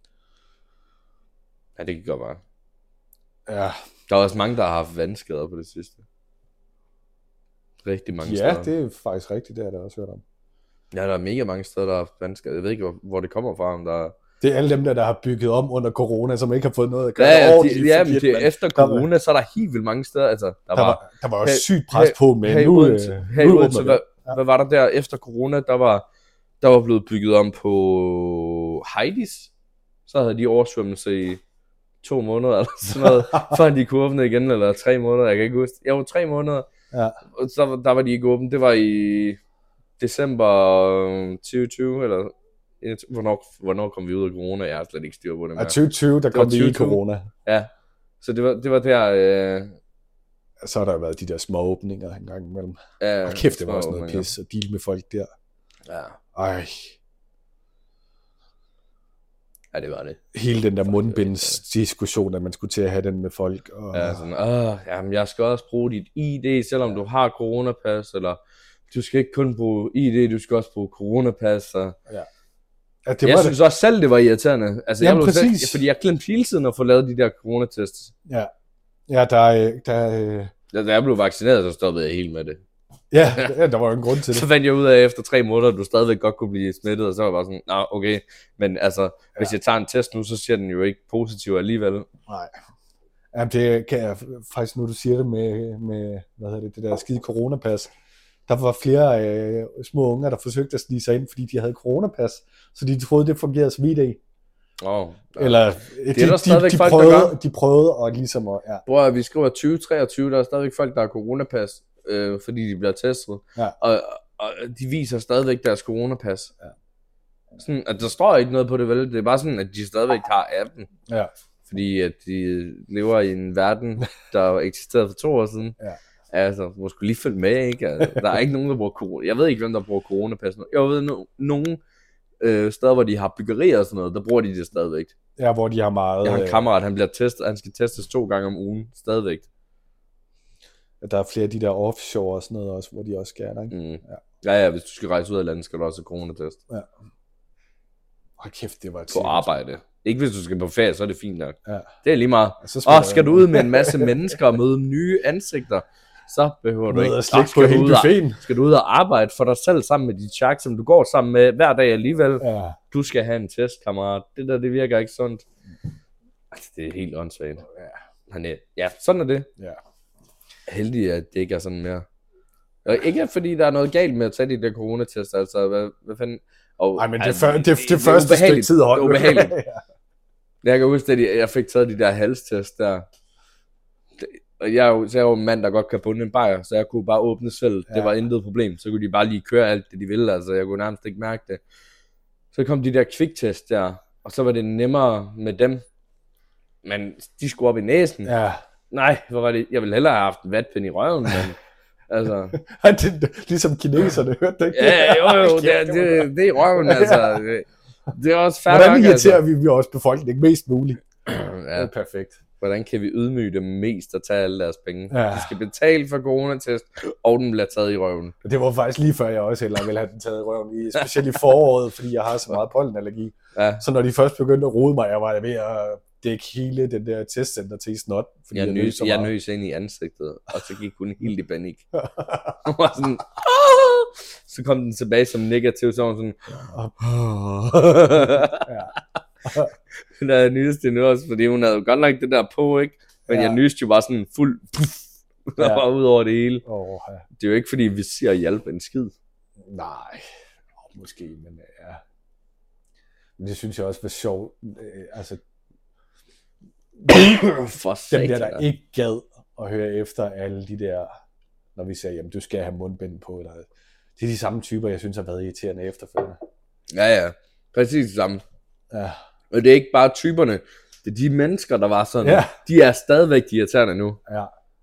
Ja, det kan godt være. Ja, Der er også mange, der har haft vandskader på det sidste. Rigtig mange ja steder. det er faktisk rigtigt, det har jeg da også hørt om. Ja, der er mega mange steder, der har haft vandskader. Jeg ved ikke, hvor, hvor det kommer fra, om der er... Det er alle dem der, der har bygget om under corona, som ikke har fået noget at gøre. Ja, ja, ordentligt de, ja forkert, det, mand. efter corona, så er der helt vildt mange steder. Altså, der, Der var, var, der var også her- sygt pres på, men her i nu, Odense, øh, her i nu Odense, åbner hvad, det. Ja. hvad var der der efter corona? Der var, der var blevet bygget om på Heidis. Så havde de oversvømmelse i to måneder, eller sådan noget, før de kunne åbne igen, eller tre måneder, jeg kan ikke huske. Jeg var tre måneder, Ja. og så, der var de ikke åbne. Det var i december tyve tyve, eller hvornår, hvornår kom vi ud af corona? Jeg har slet ikke styr på det Og mere. tyve tyve, der Det var kom vi i tyve tyve. corona. Ja, så det var, det var der... Øh, Så har der jo været de der små åbninger en gang imellem. ja, Og kæft, det var også noget åbninger. pis at deal med folk der. Ja. Ej, Ja, det var det. hele den der mundbindsdiskussion, at man skulle til at have den med folk. Og... Ja, sådan, åh, jamen, jeg skal også bruge dit I D, selvom du har coronapas, eller du skal ikke kun bruge I D, du skal også bruge coronapas. Og... ja, det Jeg var synes også selv, det var irriterende. Altså, Jamen, jeg blev selv, præcis. fordi jeg glemte hele tiden at få lavet de der coronatests. Ja, ja der, er- der, er- Da da jeg blev vaccineret, så stoppede jeg helt med det. ja, ja, der var jo en grund til det. Så fandt jeg ud af, at efter tre måneder, at du stadigvæk godt kunne blive smittet, og så var jeg bare sådan, nej, okay. Men altså, ja. hvis jeg tager en test nu, så siger den jo ikke positiv alligevel. Nej. Jamen, det kan jeg faktisk, nu du siger det med, med hvad hedder det, det der skide coronapas. Der var flere øh, små unger, der forsøgte at snige sig ind, fordi de havde coronapas, så de troede, det fungerede som I D. Oh, Eller der de, de, stadigvæk de, folk, der prøvede, gør. de prøvede at ligesom at, ja, Bror, vi skriver tyve treogtyve, der er stadigvæk folk, der har coronapas, øh, fordi de bliver testet. Ja. Og, og de viser stadigvæk deres coronapas. Ja. Sådan, at der står ikke noget på det, vel? Det er bare sådan, at de stadigvæk har appen. ja, Fordi at de lever i en verden, der eksisterede for to år siden. Ja. Altså, må sgu lige følge med, ikke? Altså, der er ikke nogen, der bruger corona. Jeg ved ikke, hvem der bruger coronapas. Jeg ved no- nogen øh, steder, hvor de har byggerier og sådan noget, der bruger de det stadigvæk. ja, hvor de har meget, Jeg har en øh, kammerat, han bliver testet, han skal testes to gange om ugen, stadigvæk. der er flere af de der offshore og sådan noget også, hvor de også skal, ikke? Mm. Ja. ja, ja, hvis du skal rejse ud af landet, skal du også have coronatest. Hold kæft, det var et På arbejde. Ikke hvis du skal på ferie, så er det fint nok. Ja. Det er lige meget. Så Og skal du ud med en masse mennesker og møde nye ansigter, så behøver du Noget ikke. at slikke Og skal på du hele ud og- buffeten. Skal du ud og arbejde for dig selv sammen med dit chak, som du går sammen med hver dag alligevel. Ja, Du skal have en test, kammerat. Det der, det virker ikke sundt. Altså, det er helt åndssvagt. Han er, ja, sådan er det. ja. Heldig, at det ikke er sådan mere. Og ikke fordi der er noget galt med at tage de der coronatest, altså, hvad, hvad fanden... Og, Ej, men det, altså, før, det, det, det er første stykke ubehageligt. tid Det holdt. er ubehageligt. Ja. Jeg kan huske, at jeg fik taget de der halstest der. Det- Og jeg er, jo, så jeg er jo en mand, der godt kan bunde en bajer, så jeg kunne bare åbne selv. Ja. Det var intet problem. Så kunne de bare lige køre alt det, de ville. Altså, jeg kunne nærmest ikke mærke det. Så kom de der kviktest der, og så var det nemmere med dem. Men de skulle op i næsen. Ja. Ja. Nej, hvor var det? Jeg ville hellere have haft en vatpind i røven, men altså... det, ligesom kineserne, hørte det ikke? Ja, jo, jo, det, er- det, det er i røven, altså. Det, det er også fair Hvordan nok, irriterer altså. vi vores befolkning mest muligt? Det Ja, er perfekt. hvordan kan vi ydmyge dem mest og tage alle deres penge? Ja. De skal betale for coronatest, og den bliver taget i røven. Det var faktisk lige før, jeg også hellere ville have den taget i røven, i, specielt i foråret, fordi jeg har så meget pollenallergi. Ja, Så når de først begyndte at rode mig, jeg var ved at dække hele den der testcenter til i snot. Fordi jeg, jeg, nøs, nøs så jeg meget. nøs ind i ansigtet, og så gik hun helt i panik. Hun var sådan... "Ah!" Så kom den tilbage som negativ, så var hun sådan... Ja. Det der nyeste nu også, fordi hun havde jo godt nok det der på, ikke? Men Ja. jeg nyste jo bare sådan fuld... Der Ja. var ud over det hele. Oh, ja. Det er jo ikke, fordi vi siger hjælp en skid. Nej, oh, måske, men ja. Men det synes jeg også var sjovt. Øh, Altså, For dem der, der satan. ikke gad at høre efter alle de der, når vi sagde, jamen du skal have mundbind på, eller det er de samme typer, jeg synes har været irriterende efterfølgende. Ja, ja. Præcis det samme. Ja. Og det er ikke bare typerne. Det er de mennesker, der var sådan. Ja. De er stadigvæk irriterende nu. Ja.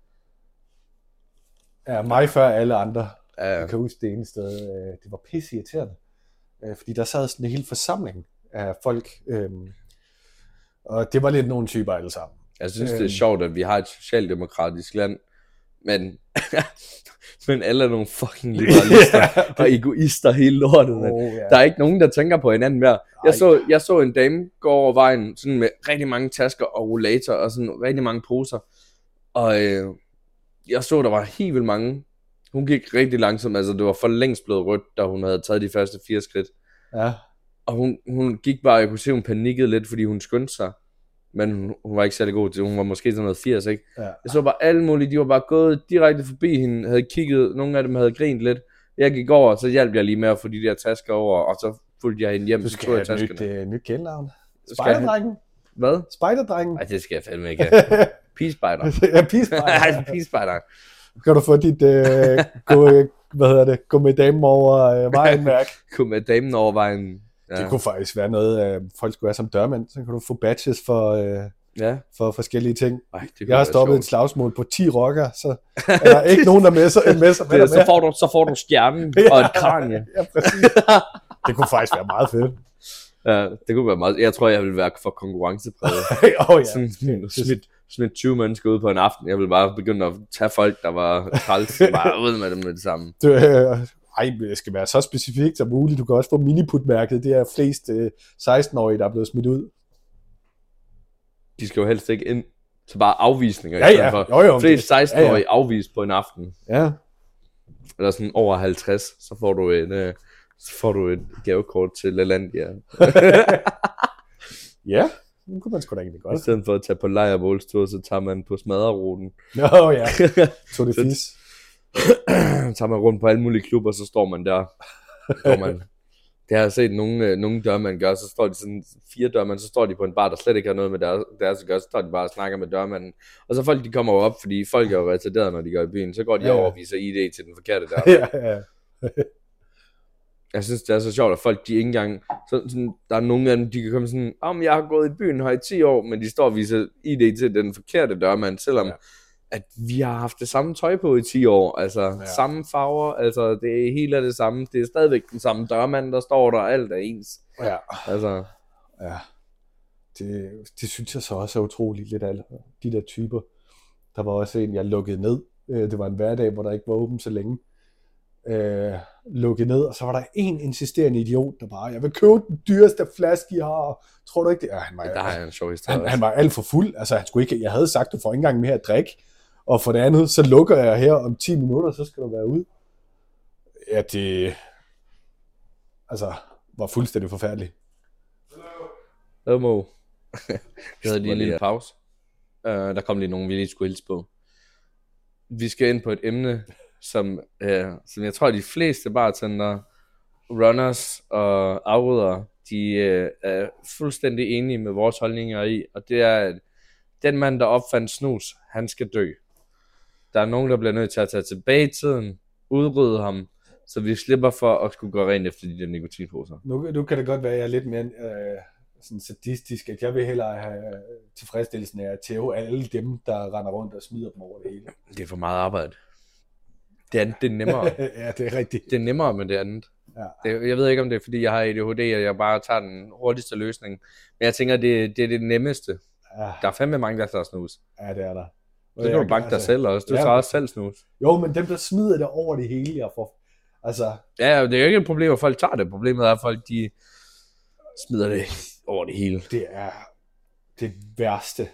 Ja, mig før alle andre. Ja. Jeg kan huske det ene sted, øh, det var pisse irriterende. Øh, fordi der sad sådan en hel forsamling af folk. Øh, og det var lidt nogle typer alle sammen. Jeg synes, det Øhm. er sjovt, at vi har et socialdemokratisk land, men, men alle er nogle fucking liberalister Ja. og egoister hele lortet. Man. Oh, ja. Der er ikke nogen, der tænker på hinanden mere. Jeg så, jeg så en dame gå over vejen sådan med rigtig mange tasker og rollator og sådan rigtig mange poser. Og øh, jeg så, der var helt vildt mange. Hun gik rigtig langsomt, altså det var for længst blevet rødt, da hun havde taget de første fire skridt. Ja. Og hun, hun gik bare, jeg kunne se, hun panikkede lidt, fordi hun skyndte sig. Men hun, hun var ikke særlig god til, hun var måske sådan noget firs, ikke? Ja. Jeg så bare alle mulige, de var bare gået direkte forbi hende, havde kigget, nogle af dem havde grint lidt. Jeg gik over, så hjalp jeg lige med at få de der tasker over, og så fulgte jeg hende hjem, Du så skal tog jeg have et nyt, taskerne. øh, nyt kældnavn. skal jeg have- Spejderdrengen. Hvad? Spejderdrengen. Nej, det skal jeg fandme ikke have. Peacespider. Ja, pigespejder. Nej, Peacespider. Kan du få dit øh, gå, øh, hvad hedder det, gå med damen over øh, vejen mærke? Kom med damen over vejen. Ja. Det kunne faktisk være noget, øh, folk skulle have som dørmand. Så kan du få badges for, øh, Ja. for forskellige ting. Ej, det kunne Jeg har være stoppet sjovt. et slagsmål på ti rocker, så er der ikke nogen, der messer, messer med Det, dig så, får du, så får du stjernen og et kranje. Ja, præcis. Det kunne faktisk være meget fedt. Ja, det kunne være meget. Jeg tror, jeg ville være for konkurrencepræget. Åh oh, ja. Sådan smidt, smidt tyve mennesker ud på en aften. Jeg ville bare begynde at tage folk, der var træls, bare ud med dem med det samme. Du, øh, ej, det skal være så specifikt som muligt. Du kan også få miniput-mærket. Det er flest øh, seksten-årige, der er blevet smidt ud. De skal jo helst ikke ind. Så bare afvisninger. Ja, i stedet ja. For. Jo, jo, Flest det- seksten-årige ja, ja. afvist på en aften. Ja. Eller sådan over halvtreds, så får du en... Øh, så får du et gavekort til LaLandia. Ja, det kunne man sgu da egentlig I godt. stedet for at tage på lejrbålstur, så tager man på smadreruten. Nå ja, tog det fis. tager man rundt på alle mulige klubber, så står man der. Står man. Det har jeg set nogle, øh, nogle dørmænd gøre, så står de sådan fire dørmænd, så står de på en bar, der slet ikke har noget med deres, deres at gøre, så står de bare og snakker med dørmanden. Og så folk, de kommer jo op, fordi folk er jo retarderet, når de går i byen, så går de Ja, ja. over og viser I D til den forkerte dør. Ja, ja. Jeg synes, det er så sjovt, at folk, de ikke engang, så, sådan, der er nogle af dem, de kan komme sådan, om jeg har gået i byen her i ti år, men de står og viser I D til den forkerte dørmand, selvom Ja. at vi har haft det samme tøj på i ti år, altså Ja. samme farver, altså det er helt af det samme, det er stadigvæk den samme dørmand, der står der, alt er ens, Ja, altså, ja. Det, det synes jeg så også er utroligt lidt af de der typer. Der var også en, jeg lukkede ned. Øh, Det var en hverdag, hvor der ikke var åben så længe. Øh, lukket ned, og så var der en insisterende idiot, der bare, jeg vil købe den dyreste flaske, I har. Tror du ikke det? Ja, han var, der har jeg en sjov historie. han, han var alt for fuld. Altså, han skulle ikke, jeg havde sagt, du får ikke engang mere at drikke. Og for det andet, så lukker jeg her om ti minutter, så skal du være ude. Ja, det altså, var fuldstændig forfærdeligt. Hello. Vi havde lige en lille pause. Uh, der kom lige nogen, vi lige skulle hilse på. Vi skal ind på et emne, som, uh, som jeg tror, de fleste bartender, runners og afrydere, de uh, er fuldstændig enige med vores holdninger i, og det er, at den mand, der opfandt snus, han skal dø. Der er nogen, der bliver nødt til at tage tilbage i tiden, udrydde ham, så vi slipper for at skulle gå rent efter de der nikotinposer. Nu, nu kan det godt være, at jeg er lidt mere øh, sådan sadistisk, at jeg vil hellere have tilfredsstillelsen af at tæve alle dem, der render rundt og smider dem over det hele. Det er for meget arbejde. Det andet, det er nemmere. Ja, det er rigtigt. Det er nemmere med det andet. Ja. Det, jeg ved ikke, om det er, fordi jeg har A D H D, og jeg bare tager den hurtigste løsning. Men jeg tænker, det, det er det nemmeste. Ja, Der er fandme mange, der tager snus. ja, det er der. Så kan du banke dig selv også. Du ja. tager også selv snus. Jo, men dem, der smider det over det hele, jeg får... Altså, Ja, det er jo ikke et problem, at folk tager det. Problemet er, at folk de smider det over det hele. det er det værste.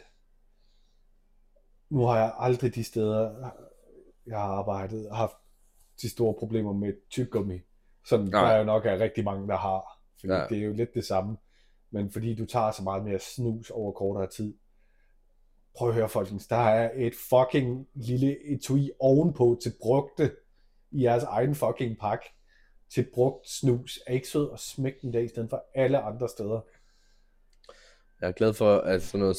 Nu har jeg aldrig de steder, jeg har arbejdet, haft de store problemer med tyggegummi. Sådan der Nej. er jo nok er rigtig mange, der har. Fordi Ja. det er jo lidt det samme. Men fordi du tager så meget mere snus over kortere tid. Prøv at høre, folkens. Der er et fucking lille etui ovenpå til brugte i jeres egen fucking pakke. Til brugt snus. Er ikke sød at smække den der i stedet for alle andre steder. Jeg er glad for, at sådan noget som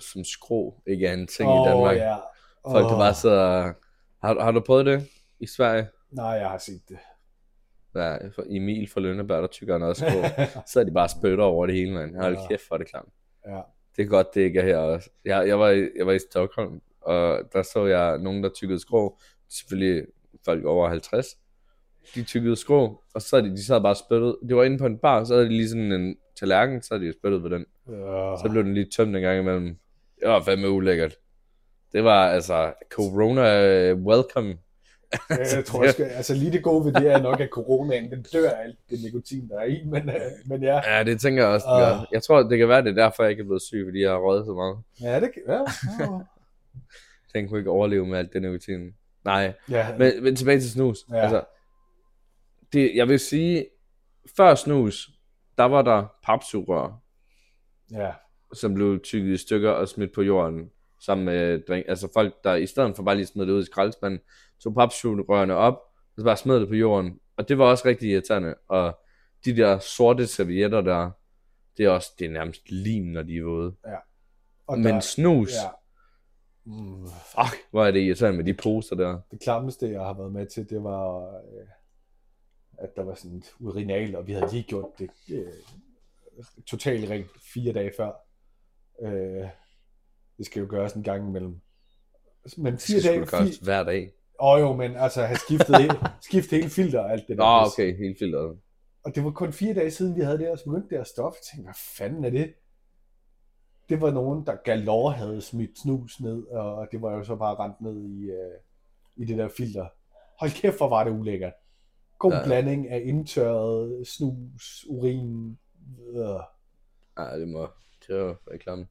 som skrå ikke er en ting oh, i Danmark. Ja. Oh. Folk, der bare sidder... Har, har du prøvet det i Sverige? Nej, jeg har set det. Ja, Emil fra Lønneberg, der tykker han også på. Så er de bare spytter over det hele, mand. Hold kæft, for det klamt. Ja. Det er godt, det ikke er her også. Jeg, jeg, var, i, jeg var i Stockholm, og der så jeg nogen, der tykkede skrå. Selvfølgelig folk over halvtreds. De tykkede skrå, og så de, de sad bare spyttet. Det var inde på en bar, så havde de lige sådan en tallerken, så havde de spyttet på den. Uh. Så blev den lige tømt en gang imellem. Det var fandme ulækkert. Det var altså corona welcome. Jeg tror også, altså lige det gode ved det er nok, at coronaen, den dør af alt det nikotin, der er i, men, men ja. Ja, det tænker jeg også, det gør. Jeg tror, det kan være, det er derfor, jeg ikke er blevet syg, fordi jeg har røget så meget. Ja, det kan være. Ja. Den kunne ikke overleve med alt det nikotin. Nej, ja. men, men tilbage til snus. Ja. Altså, det, jeg vil sige, før snus, der var der papsugerør, ja. som blev tykket i stykker og smidt på jorden sammen med drink. Altså folk, der i stedet for bare lige smidt det ud i skraldespanden, tog papsugerørene op, og så bare smed det på jorden. Og det var også rigtig irriterende. Og de der sorte servietter der, det er også, det er nærmest lim, når de er våde. Ja. Og Men der, snus, ja. mm, fuck, hvor er det irriterende med de poser der. Det klammeste, jeg har været med til, det var, øh, at der var sådan et urinal, og vi havde lige gjort det øh, totalt rent fire dage før. Øh, det skal jo gøres en gang imellem. Men fire det skal dage... sgu gøres hver dag. Åh oh, jo, men altså have skiftet, hele, skiftet hele filter og alt det der. Åh, oh, okay, hele filteret. Og det var kun fire dage siden, vi havde det, og så begyndte det at stoppe. Jeg tænkte, hvad fanden er det? Det var nogen, der galore havde smidt snus ned, og det var jo så bare rent ned i, uh, i det der filter. Hold kæft, hvor var det ulækkert. God ja. Blanding af indtørret snus, urin. Øh. Ej, det må... Det var reklamen.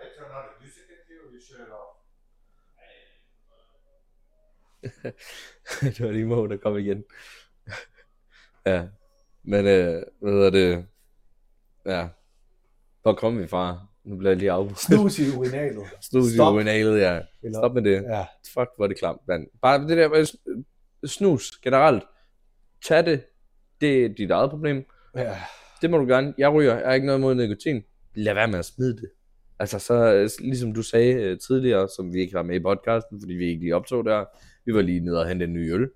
Det var lige må, der kom igen. Ja, men øh, hvad hedder det? Ja, hvor kom vi fra? Nu bliver jeg lige afbrudt. Snus i urinalet. Snus i urinalet, ja. Stop med det. Ja. Fuck, hvor er det klamt, mand. Bare det der med snus generelt. Tag det. Det er dit eget problem. Ja. Det må du gerne. Jeg ryger. Jeg har ikke noget imod nikotin. Lad være med at smide det. Altså så, ligesom du sagde tidligere, som vi ikke var med i podcasten, fordi vi ikke lige optog der. Vi var lige nede og hente en ny øl.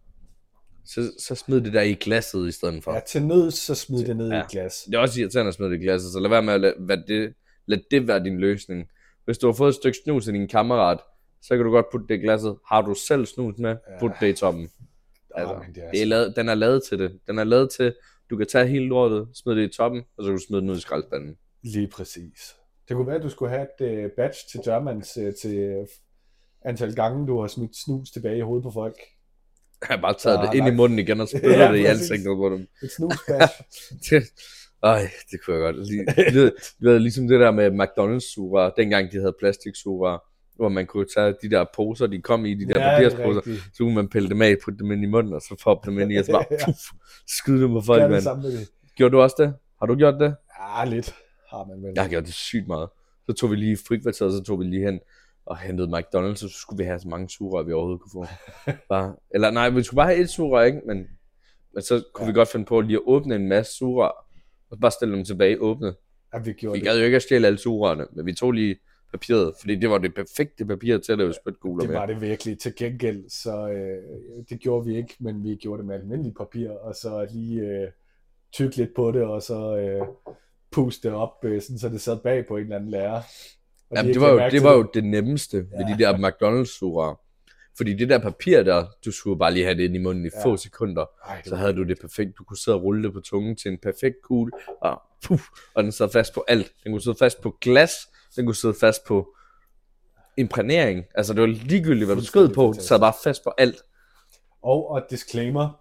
Så, så smid det der i glasset i stedet for. Ja, til nød, så smid det ned ja. i glas. Det er også irriterende at smide det i glasset, så lad være med at lade, hvad det, lad det være din løsning. Hvis du har fået et stykke snus af din kammerat, så kan du godt putte det i glasset. Har du selv snus med, put det i toppen. Altså, oh, det er det er lavet, den er lavet til det. Den er lavet til, du kan tage hele lortet, smide det i toppen, og så kan du smide den ud i skraldespanden. Lige præcis. Det kunne være, at du skulle have et uh, badge til Germans uh, til uh, antal gange, du har smidt snus tilbage i hovedet på folk. Jeg har bare taget ja, det ind nej. i munden igen og spyttet ja, det i ansigtet på dem. Et snus-badge. Ej, det kunne jeg godt lide. Det var ligesom det der med McDonald's-sugerør, dengang de havde plastiksugerør, hvor man kunne tage de der poser, de kom i, de der ja, papirsposer, så kunne man pille dem af, putte dem ind i munden, og så poppe dem ind i, og så bare puff, skyde dem på folk, mand. Gjorde du også det? Har du gjort det? Ja, lidt har man vel. Jeg har gjort det sygt meget. Så tog vi lige frikvarteret, så tog vi lige hen og hentede McDonald's, så skulle vi have så mange sugerør, vi overhovedet kunne få. Bare, eller nej, vi skulle bare have et sugerør, ikke? Men, men så kunne ja. vi godt finde på lige at åbne en masse sugerør, og bare stille dem tilbage åbne. Ja, vi gjorde vi det. gad jo ikke at stjæle alle sugerørene, men vi tog lige papiret, fordi det var det perfekte papir til at lave spytkugler med. Det var det virkelig. Til gengæld, så øh, det gjorde vi ikke, men vi gjorde det med almindeligt papir, og så lige øh, tykke lidt på det, og så øh, puste det op, øh, sådan, så det sad bag på en eller anden lærer. Jamen, det var, jo, det var jo det nemmeste ja. ved de der McDonald's-sugerør. Fordi det der papir der, du skulle bare lige have det ind i munden i ja. få sekunder. Ej, så havde du det perfekt. Du kunne sidde og rulle det på tungen til en perfekt kugle. Og, puff, og den sad fast på alt. Den kunne sidde fast på glas. Den kunne sidde fast på imprægnering. Altså det var ligegyldigt, hvad du skød på. Det sad bare fast på alt. Og, og disclaimer.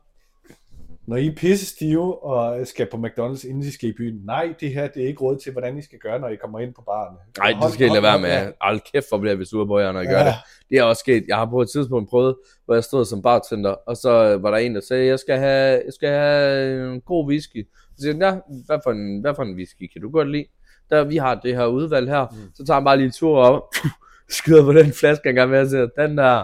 Når I er pisse stive og skal på McDonald's, inden I skal i byen, nej, det her det er ikke råd til, hvordan I skal gøre, når I kommer ind på baren. Nej, det skal I lade være med. Hold kæft, hvor bliver vi sure på jer, når I ja. gør det. Det er også sket. Jeg har på et tidspunkt prøvet, hvor jeg stod som bartender, og så var der en, der sagde, jeg skal have, jeg skal have en god whisky. Så siger jeg, ja, hvad for, en, hvad for en whisky kan du godt lide? Der, vi har det her udvalg her. Mm. Så tager han bare lige en tur op, skyder på den flaske en gang med, og siger, den der.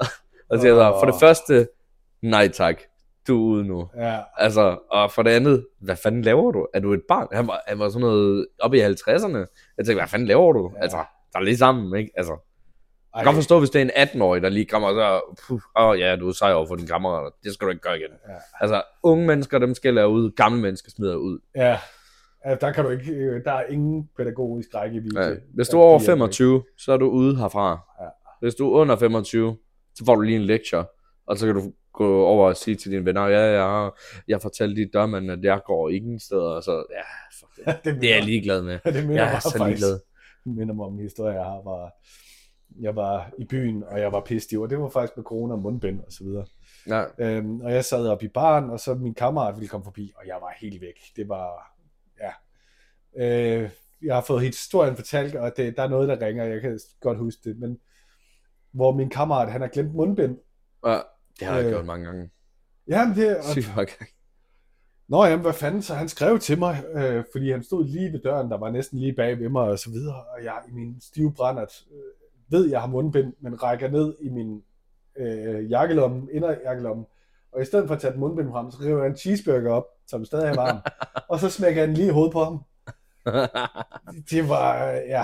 Og siger så, for det første, nej tak. Du er ude nu. Ja. Altså, og for det andet, hvad fanden laver du? Er du et barn? Han var, han var sådan noget oppe i halvtredserne. Jeg tænkte, hvad fanden laver du? Ja. Altså, der er lige sammen, ikke? Altså, jeg kan godt forstå, hvis det er en atten-årig, der lige kommer og så, puh, åh ja, du er sej over for din kammerater. Det skal du ikke gøre igen. Ja. Altså, unge mennesker, dem skal lade ud. Gamle mennesker smider ud. Ja, altså, der kan du ikke, der er ingen pædagogisk rækkevidde. Ja. Hvis du er over femogtyve, så er du ude herfra. Ja. Hvis du er under femogtyve, så får du lige en lektie, og så kan du gå over og sige til dine venner, ja, ja, jeg fortalte dit dørmand, at jeg går ingen steder, og så, ja, fuck det. det, minder, det er jeg ligeglad med. Det minder jeg er så ligeglad. Det minder mig om en historie, jeg har, var, jeg var i byen, og jeg var pissed, og det var faktisk med corona, mundbind og så videre. Ja. Øhm, og jeg sad oppe i baren, og så min kammerat ville komme forbi, og jeg var helt væk. Det var, ja. Øh, jeg har fået historien fortalt, og det, der er noget, der ringer, jeg kan godt huske det, men hvor min kammerat, han har glemt mundbind. Ja, det har jeg øh, gjort mange gange. Jamen det... Og, Sygt mange gange. Nå jamen, hvad fanden, så han skrev til mig, øh, fordi han stod lige ved døren, der var næsten lige bag ved mig og så videre, og jeg i min stive brændert øh, ved, jeg har mundbind, men rækker ned i min øh, jakkelomme, inderjakkelomme, og i stedet for at tage et mundbind frem, så river jeg en cheeseburger op, som stadig er varm, og så smækker jeg den lige i hovedet på ham. Det var, øh, ja...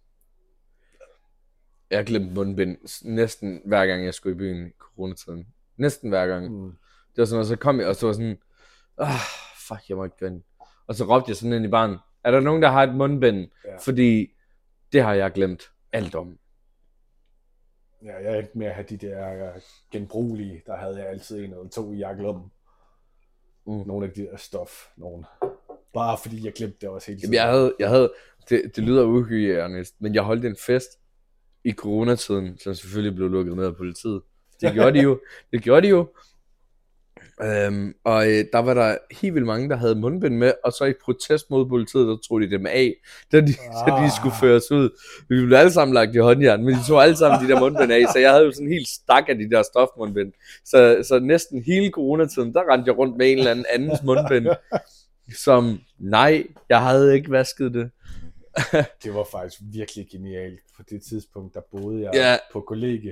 Jeg har glemt mundbind næsten hver gang, jeg skulle i byen i coronatiden. Næsten hver gang. Mm. Det var sådan, og så kom jeg, og så var sådan, ah, fuck, jeg må ikke gå ind. Og så råbte jeg sådan ind i baren, er der nogen, der har et mundbind? Ja. Fordi det har jeg glemt alt om. Ja, jeg endte med at have de der genbrugelige, der havde jeg altid en eller to i jakkelommen. Mm. Nogle af de der stof, nogen. Bare fordi jeg glemte det også hele tiden. Jeg havde, jeg havde, det, det lyder uhygiejnisk, men jeg holdt en fest i coronatiden, som selvfølgelig blev lukket ned af politiet. Det gjorde de jo. Det gjorde de jo. Øhm, og øh, der var der helt vildt mange, der havde mundbind med, og så i protest mod politiet, der tog de dem af, da de, ah. så de skulle føres ud. Vi blev alle sammen lagt i håndjern, men de tog alle sammen de der mundbind af, så jeg havde jo sådan en helt stak af de der stofmundbind. Så, så næsten hele coronatiden, der rendte jeg rundt med en eller anden andens mundbind, som, nej, jeg havde ikke vasket det. Det var faktisk virkelig genialt. På det tidspunkt, der boede jeg ja. på kollegie,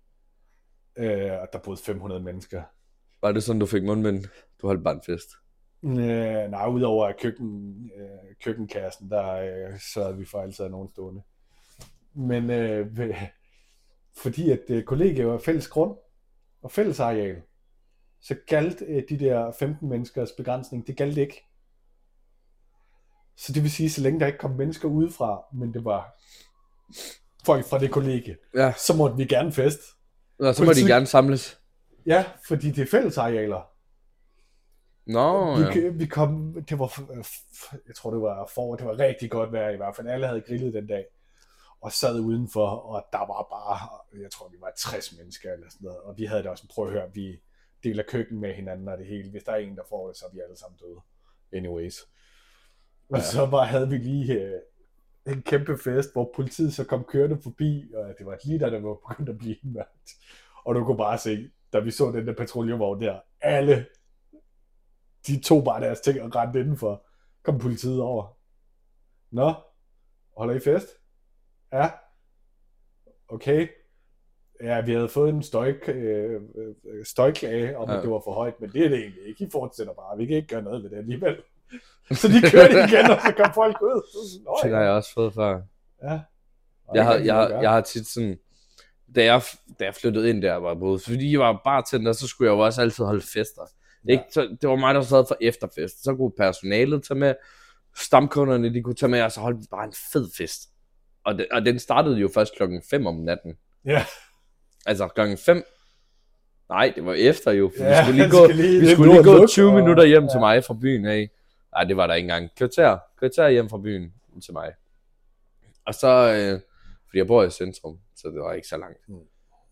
øh, og der boede fem hundrede mennesker. Var det sådan, du fik mundbind? Du holdt bare en fest? Øh, nej, udover køkken, øh, køkkenkassen, der øh, sørgede vi for altid af nogen stående. Men øh, fordi at øh, kollegie var fælles grund og fælles areal, så galt øh, de der femten menneskers begrænsning, det galt ikke. Så det vil sige, så længe der ikke kom mennesker udefra, men det var folk fra det kollegie, ja. Så måtte vi gerne fest. Ja, så må de gerne samles. Ja, fordi det er fællesarealer. Nå, vi, ja. vi kom, det var, jeg tror det var for, det var rigtig godt vejr i hvert fald. Alle havde grillet den dag, og sad udenfor, og der var bare, jeg tror vi var tres mennesker eller sådan noget, og vi havde det også, prøv at høre, vi deler køkken med hinanden og det hele. Hvis der er en, der får det, så er vi alle sammen døde. Anyways. Og ja. Så bare havde vi lige øh, en kæmpe fest, hvor politiet så kom kørende forbi, og det var lige da der var begyndt at blive mørkt. Og du kunne bare se, da vi så den der patruljevogn der, alle, de tog bare deres ting og rendte indenfor. Kom politiet over. Nå, holder I fest? Ja. Okay. Ja, vi havde fået en støj, øh, støjklage om, ja. At det var for højt, men det er det egentlig ikke. I fortsætter bare. Vi kan ikke gøre noget ved det alligevel. Så de kørte igen, og så kom folk ud. Nå, det har jeg også fået før. Ja. Jeg har, jeg, har, jeg har tit sådan, da jeg, da jeg flyttede ind der, var både, fordi jeg var bartender, så skulle jeg jo også altid holde fester. Ja. Ikke? Så det var mig, der sad for efterfest. Så kunne personalet tage med, stamkunderne, de kunne tage med, og så holdt vi bare en fed fest. Og, det, og den startede jo først klokken fem om natten. Ja. Altså klokken fem. Nej, det var efter jo, for ja, vi skulle lige gå, lige, vi skulle lige gå tyve og, minutter hjem ja. til mig fra byen af. Nej, det var der ikke engang. Kvarter, kvarter hjem fra byen til mig. Og så, øh, fordi jeg bor i centrum, så det var ikke så langt. Mm.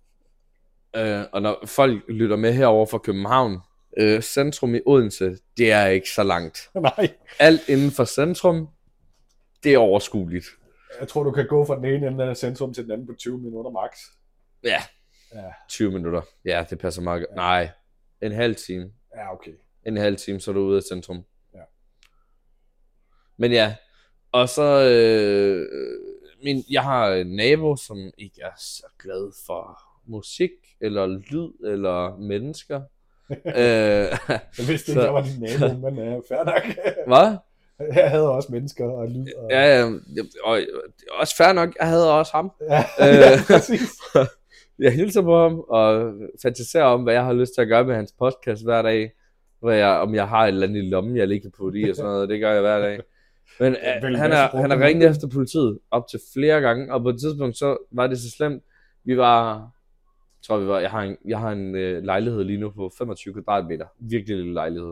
Øh, og når folk lytter med herover fra København, øh, centrum i Odense, det er ikke så langt. Nej. Alt inden for centrum, det er overskueligt. Jeg tror, du kan gå fra den ene ende af centrum til den anden på tyve minutter max. Ja, ja. tyve minutter. Ja, det passer meget. Ja. Nej, en halv time. Ja, okay. En halv time, så er du ude af centrum. Ja. Men ja, og så, øh, min, jeg har en nabo, som ikke er så glad for musik, eller lyd, eller mennesker. øh, jeg vidste ikke, så... jeg var din nabo, men uh, fair nok. Hvad? Jeg havde også mennesker og lyd. Og... Ja, ja, og også fair nok, jeg havde også ham. Ja, øh, præcis. Jeg hilser på ham og fantaserer om, hvad jeg har lyst til at gøre med hans podcast hver dag. Hvor jeg, om jeg har et eller andet i lommen, jeg lige kan putte i og sådan noget. Det gør jeg hver dag. Men øh, han er, han er ringet efter politiet op til flere gange, og på et tidspunkt så var det så slemt. Vi var, jeg tror vi var, jeg har en, jeg har en øh, lejlighed lige nu på femogtyve kvadratmeter. Virkelig lille lejlighed.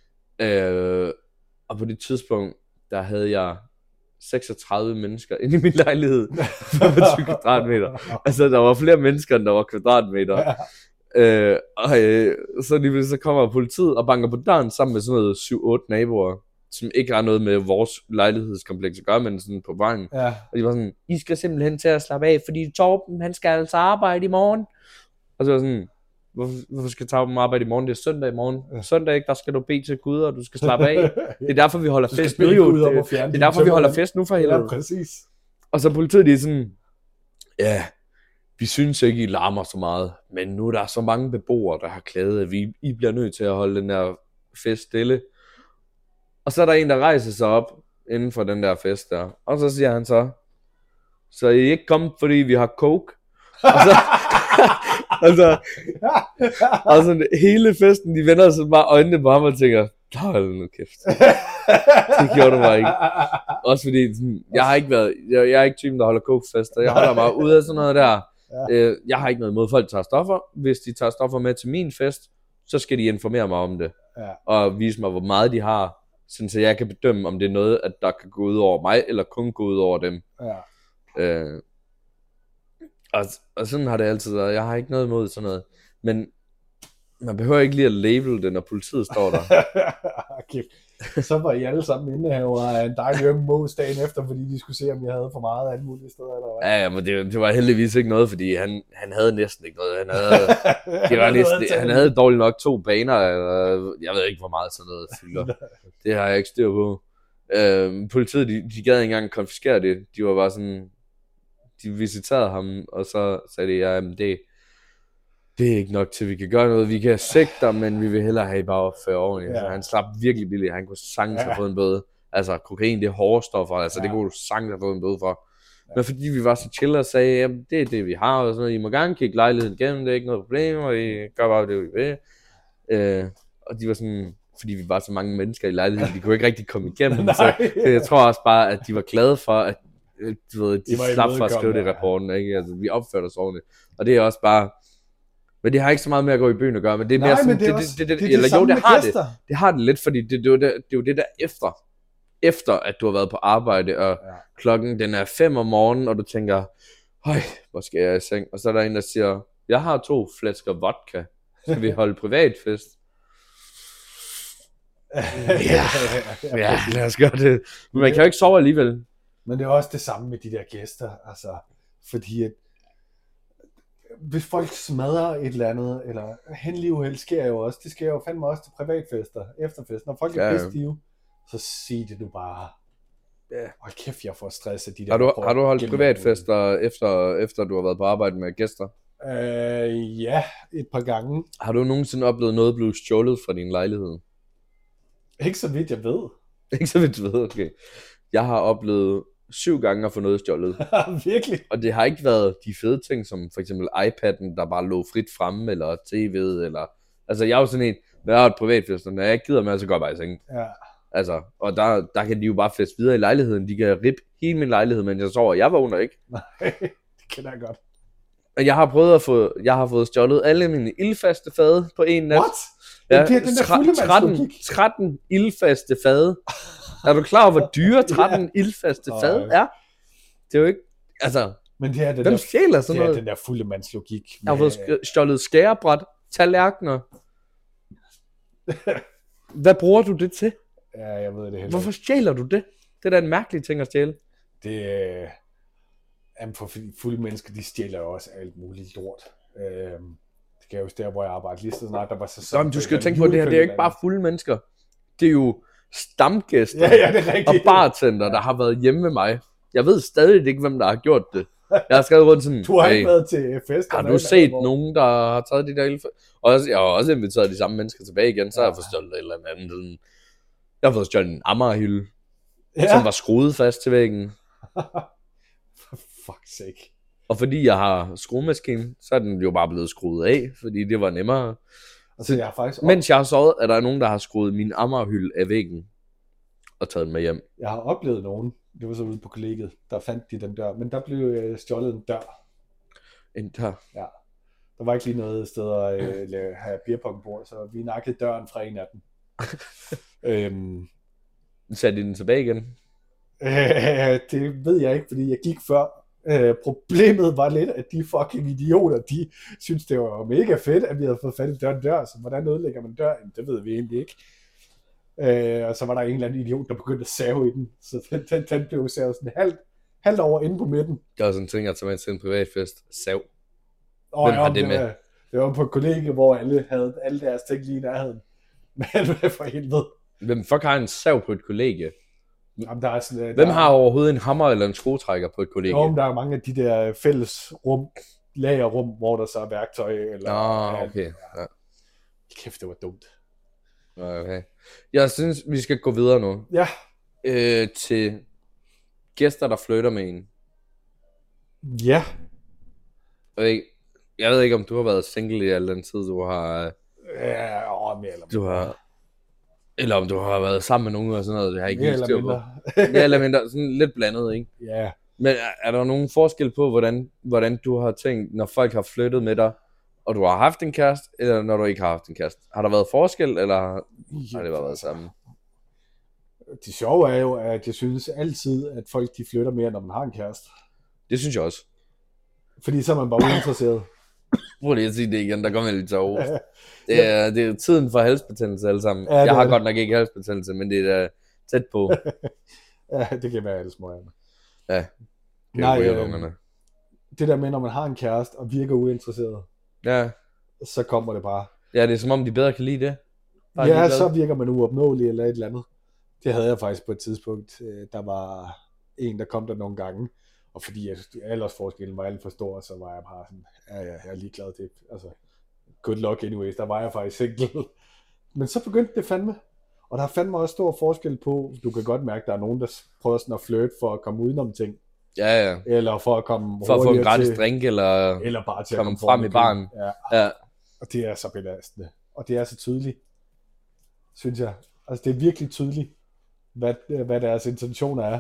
Øh, og på det tidspunkt, der havde jeg seksogtredive mennesker inde i min lejlighed. femogtyve kvadratmeter. Altså der var flere mennesker, end der var kvadratmeter. Ja. Øh, og øh, så lige så kommer politiet og banker på døren sammen med sådan noget syv otte naboer, som ikke har noget med vores lejlighedskompleks at gøre, men sådan på vejen. Ja. Og de var sådan, I skal simpelthen til at slappe af, fordi Torben, han skal altså arbejde i morgen. Og så var sådan, hvorfor, hvorfor skal Torben arbejde i morgen? Det er søndag i morgen. Ja. Søndag, ikke? Der skal du bede til Gud, og du skal slappe af. Det er derfor, vi holder fest nu, jo. Det, det er derfor, vi holder fest nu for helvede. Ja, præcis. Og så politiet, de er sådan, ja, vi synes ikke, I larmer så meget, men nu er der så mange beboere, der har klaget, at vi, I bliver nødt til at holde den der fest stille. Og så er der en, der rejser sig op inden for den der fest der, og så siger han så, så I er ikke kommet, fordi vi har coke? Og så, altså, og så hele festen, de vender så bare øjnene på ham og tænker, hold nu kæft. Det gjorde du mig ikke. Også fordi, sådan, jeg har ikke været, jeg, jeg er ikke typen, der holder coke-fester. Jeg holder mig ude af sådan noget der. Ja. Øh, jeg har ikke noget imod folk, der tager stoffer. Hvis de tager stoffer med til min fest, så skal de informere mig om det. Ja. Og vise mig, hvor meget de har, sådan så jeg kan bedømme, om det er noget, at der kan gå ud over mig, eller kun gå ud over dem. Ja. Øh, og, og sådan har det altid været. Jeg har ikke noget imod sådan noget. Men man behøver ikke lige at label det, når politiet står der. Okay. Så var I alle sammen indehaver af en dejlig øm mås dagen efter, fordi de skulle se, om jeg havde for meget alle mulige steder. Eller hvad? Ja, ja, men det, det var heldigvis ikke noget, fordi han, han havde næsten ikke noget. Han havde, det var næsten, han havde dårligt nok to baner, eller jeg ved ikke, hvor meget sådan noget fylder. Det har jeg ikke styr på. Øhm, politiet, de, de gad ikke engang konfiskere det. De var bare sådan, de visiterede ham, og så sagde de, ja, men det Det er ikke nok til, vi kan gøre noget. Vi kan sigte dig, men vi vil hellere have I bare opføre ordentligt. Ja. Altså, han slap virkelig billigt. Han kunne sagtens have ja. fået en bøde. Altså, kokain, det er hårde stoffer. Altså, ja. det kunne du sagtens have fået en bøde for. Ja. Men fordi vi var så chill og sagde, jamen, det er det, vi har. Og sådan noget. I må gerne kigge lejligheden igennem. Det er ikke noget problem, og I gør bare det, vi vil. Øh, og de var sådan, fordi vi var så mange mennesker i lejligheden, de kunne ikke rigtig komme igennem. så, så jeg tror også bare, at de var glade for, at du ved, de, de slap for at skrive det i rapporten. Ikke? Altså, vi opførte os ordentligt. Og det er også bare... Men det har ikke så meget med at gå i byen at gøre, men det er Nej, mere sådan, det, det, det, det, det, det, det, eller det jo, det har gæster. det. Det har det lidt, fordi det, det, det, er jo det, det er jo det der efter, efter at du har været på arbejde, og ja. klokken den er fem om morgenen, og du tænker, høj, hvor skal jeg i seng? Og så er der en, der siger, jeg har to flasker vodka, skal vi holde privatfest? ja, ja, lad os gøre det. Men man kan jo ikke sove alligevel. Men det er også det samme med de der gæster, altså, fordi at hvis folk smadrer et eller andet, eller hændelige uheld sker jo også, det sker jo fandme også til privatfester, efterfester. Når folk er ja, pissstive, så sig det nu bare. Ja. Hold kæft, jeg får stress af de der. Har du, har du holdt privatfester, efter, efter du har været på arbejde med gæster? Øh, ja, et par gange. Har du nogensinde oplevet noget blive stjålet fra din lejlighed? Ikke så vidt jeg ved. Ikke så vidt jeg ved, okay. Jeg har oplevet syv gange at få noget stjålet. Virkelig? Og det har ikke været de fede ting, som for eksempel iPad'en, der bare lå frit fremme, eller T V'et, eller... Altså, jeg er jo sådan en, når jeg har et privatfest, når jeg ikke gider med, så går jeg bare i seng. Ja. Altså, og der, der kan de jo bare feste videre i lejligheden. De kan rippe hele min lejlighed, mens jeg sover. Jeg vågner ikke. Nej, det kender jeg godt. Og jeg har prøvet at få... Jeg har fået stjålet alle mine ildfaste fade på en nat. What? Ja, det er den der tretten, tretten ildfaste fade. Er du klar over, hvor dyre tretten yeah. ildfaste fad er? Det er jo ikke... Altså, men det er den hvem der, stjæler sådan noget? Det er den der fuldemandslogik. Med... Jeg har fået stjålet skærebræt, tallerkener. Hvad bruger du det til? Ja, jeg ved det heller. Hvorfor stjæler du det? Det er da en mærkelig ting at stjæle. Det er... Jamen, for fulde mennesker, de stjæler jo også alt muligt lort. Øhm, det kan jeg jo der, hvor jeg arbejder lige så snart, der var så sådan... Du skal jo tænke på, at det her, det er ikke bare fulde mennesker. Det er jo stamgæster ja, ja, det er rigtigt. og bartender, der har været hjemme med mig. Jeg ved stadig ikke, hvem der har gjort det. Jeg har skrevet rundt sådan, du har hey, ikke været til fest. Har du set der, nogen, der har taget de der ildfælde? Og jeg har også inviteret de samme mennesker tilbage igen, så ja. har jeg fået stjålet et eller andet. Jeg har fået stjålet en Amagerhylde. ja. som var skruet fast til væggen. For fuck's sake. Og fordi jeg har skruemaskine, så er den jo bare blevet skruet af, fordi det var nemmere. Altså, jeg har faktisk op... Mens jeg har sovet, er der nogen, der har skruet min Amagerhylde af væggen og taget den med hjem. Jeg har oplevet nogen, det var så ude på kollegiet, der fandt de den dør, men der blev øh, stjålet en dør. En dør? Ja. Der var ikke lige noget sted at øh, have beerpong på, så vi nakkede døren fra en af dem. øhm, Satte I den tilbage igen? Øh, det ved jeg ikke, fordi jeg gik før. Øh, problemet var lidt, at de fucking idioter, de synes det var mega fedt, at vi havde fået fat i døren dør, så hvordan ødelægger man døren? Det ved vi egentlig ikke. Øh, og så var der en eller anden idiot, der begyndte at save i den, så den, den, den blev savet sådan halvt, halvt over inde på midten. Det var sådan en ting, at tage med til en privatfest. Sav. Og Hvem har det med? Det var, det var på et kollegie, hvor alle havde alle deres ting lige i nærheden. Men hvad for helvede? Hvem fuck har en sav på et kollegie? Jamen, der er sådan, der Hvem har overhovedet en hammer eller en skruetrækker på et kollegie? Jo, der er mange af de der fælles rum, lagerrum, hvor der så er værktøj. Eller, Nå, okay. Ja. Kæft, det var dumt. Okay. Jeg synes, vi skal gå videre nu. Ja. Øh, til gæster, der flytter med en. Ja. Jeg, jeg ved ikke, om du har været single i al den tid, du har... Ja, åh, mere eller du har... Eller om du har været sammen med nogen og sådan noget, det har jeg ikke helt styr på. Ja, eller mindre. Sådan lidt blandet, ikke? Ja. Men er, er der nogen forskel på, hvordan, hvordan du har tænkt, når folk har flyttet med dig, og du har haft en kæreste, eller når du ikke har haft en kæreste? Har der været forskel, eller har det bare været sammen? Det sjove er jo, at jeg synes altid, at folk de flytter mere, når man har en kæreste. Det synes jeg også. Fordi så er man bare uinteresseret. Prøv lige at sige det igen, der kommer lidt til Aarhus. Det er, det er tiden for halsbetændelse alle sammen. Ja, jeg har er. godt nok ikke halsbetændelse, men det er tæt på. Ja, det kan være alle småerne. Ja, det er Nej, øh, det der med, når man har en kæreste og virker uinteresseret, ja. så kommer det bare. Ja, det er som om, de bedre kan lide det. Bare ja, så virker man uopnåelig eller et eller andet. Det havde jeg faktisk på et tidspunkt. Der var en, der kom der nogle gange, og fordi aldersforskellen var alt for stor, så var jeg bare sådan, ja, ja, jeg er ligeglad til, altså, good luck anyways, der var jeg faktisk single. Men så begyndte det fandme, og der er fandme også stor forskel på, du kan godt mærke, der er nogen, der prøver sådan at flirte for at komme udenom ting. Ja, ja. Eller for at komme for at få en gratis til, drink, eller, eller bare til komme at komme frem i baren. Ja. Ja. Og det er så belastende. Og det er så tydeligt, synes jeg. Altså det er virkelig tydeligt, hvad, hvad deres intentioner er.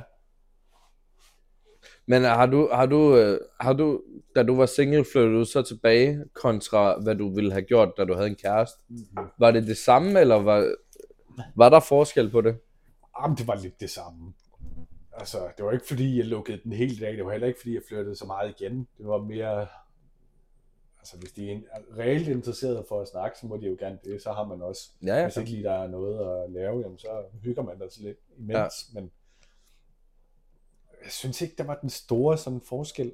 Men har du, har du, har du, da du var single, flyttede du så tilbage, kontra hvad du ville have gjort, da du havde en kæreste? Mm-hmm. Var det det samme, eller var, var der forskel på det? Jamen, det var lidt det samme. Altså, det var ikke fordi, jeg lukkede den helt af. Det var heller ikke fordi, jeg flyttede så meget igen. Det var mere... Altså, hvis de er reelt interesserede for at snakke, så må de jo gerne det. Så har man også... Ja, ja. Hvis ikke lige der er noget at lave, jamen, så hygger man der så lidt imens. Ja. Men jeg synes ikke, der var den store sådan forskel.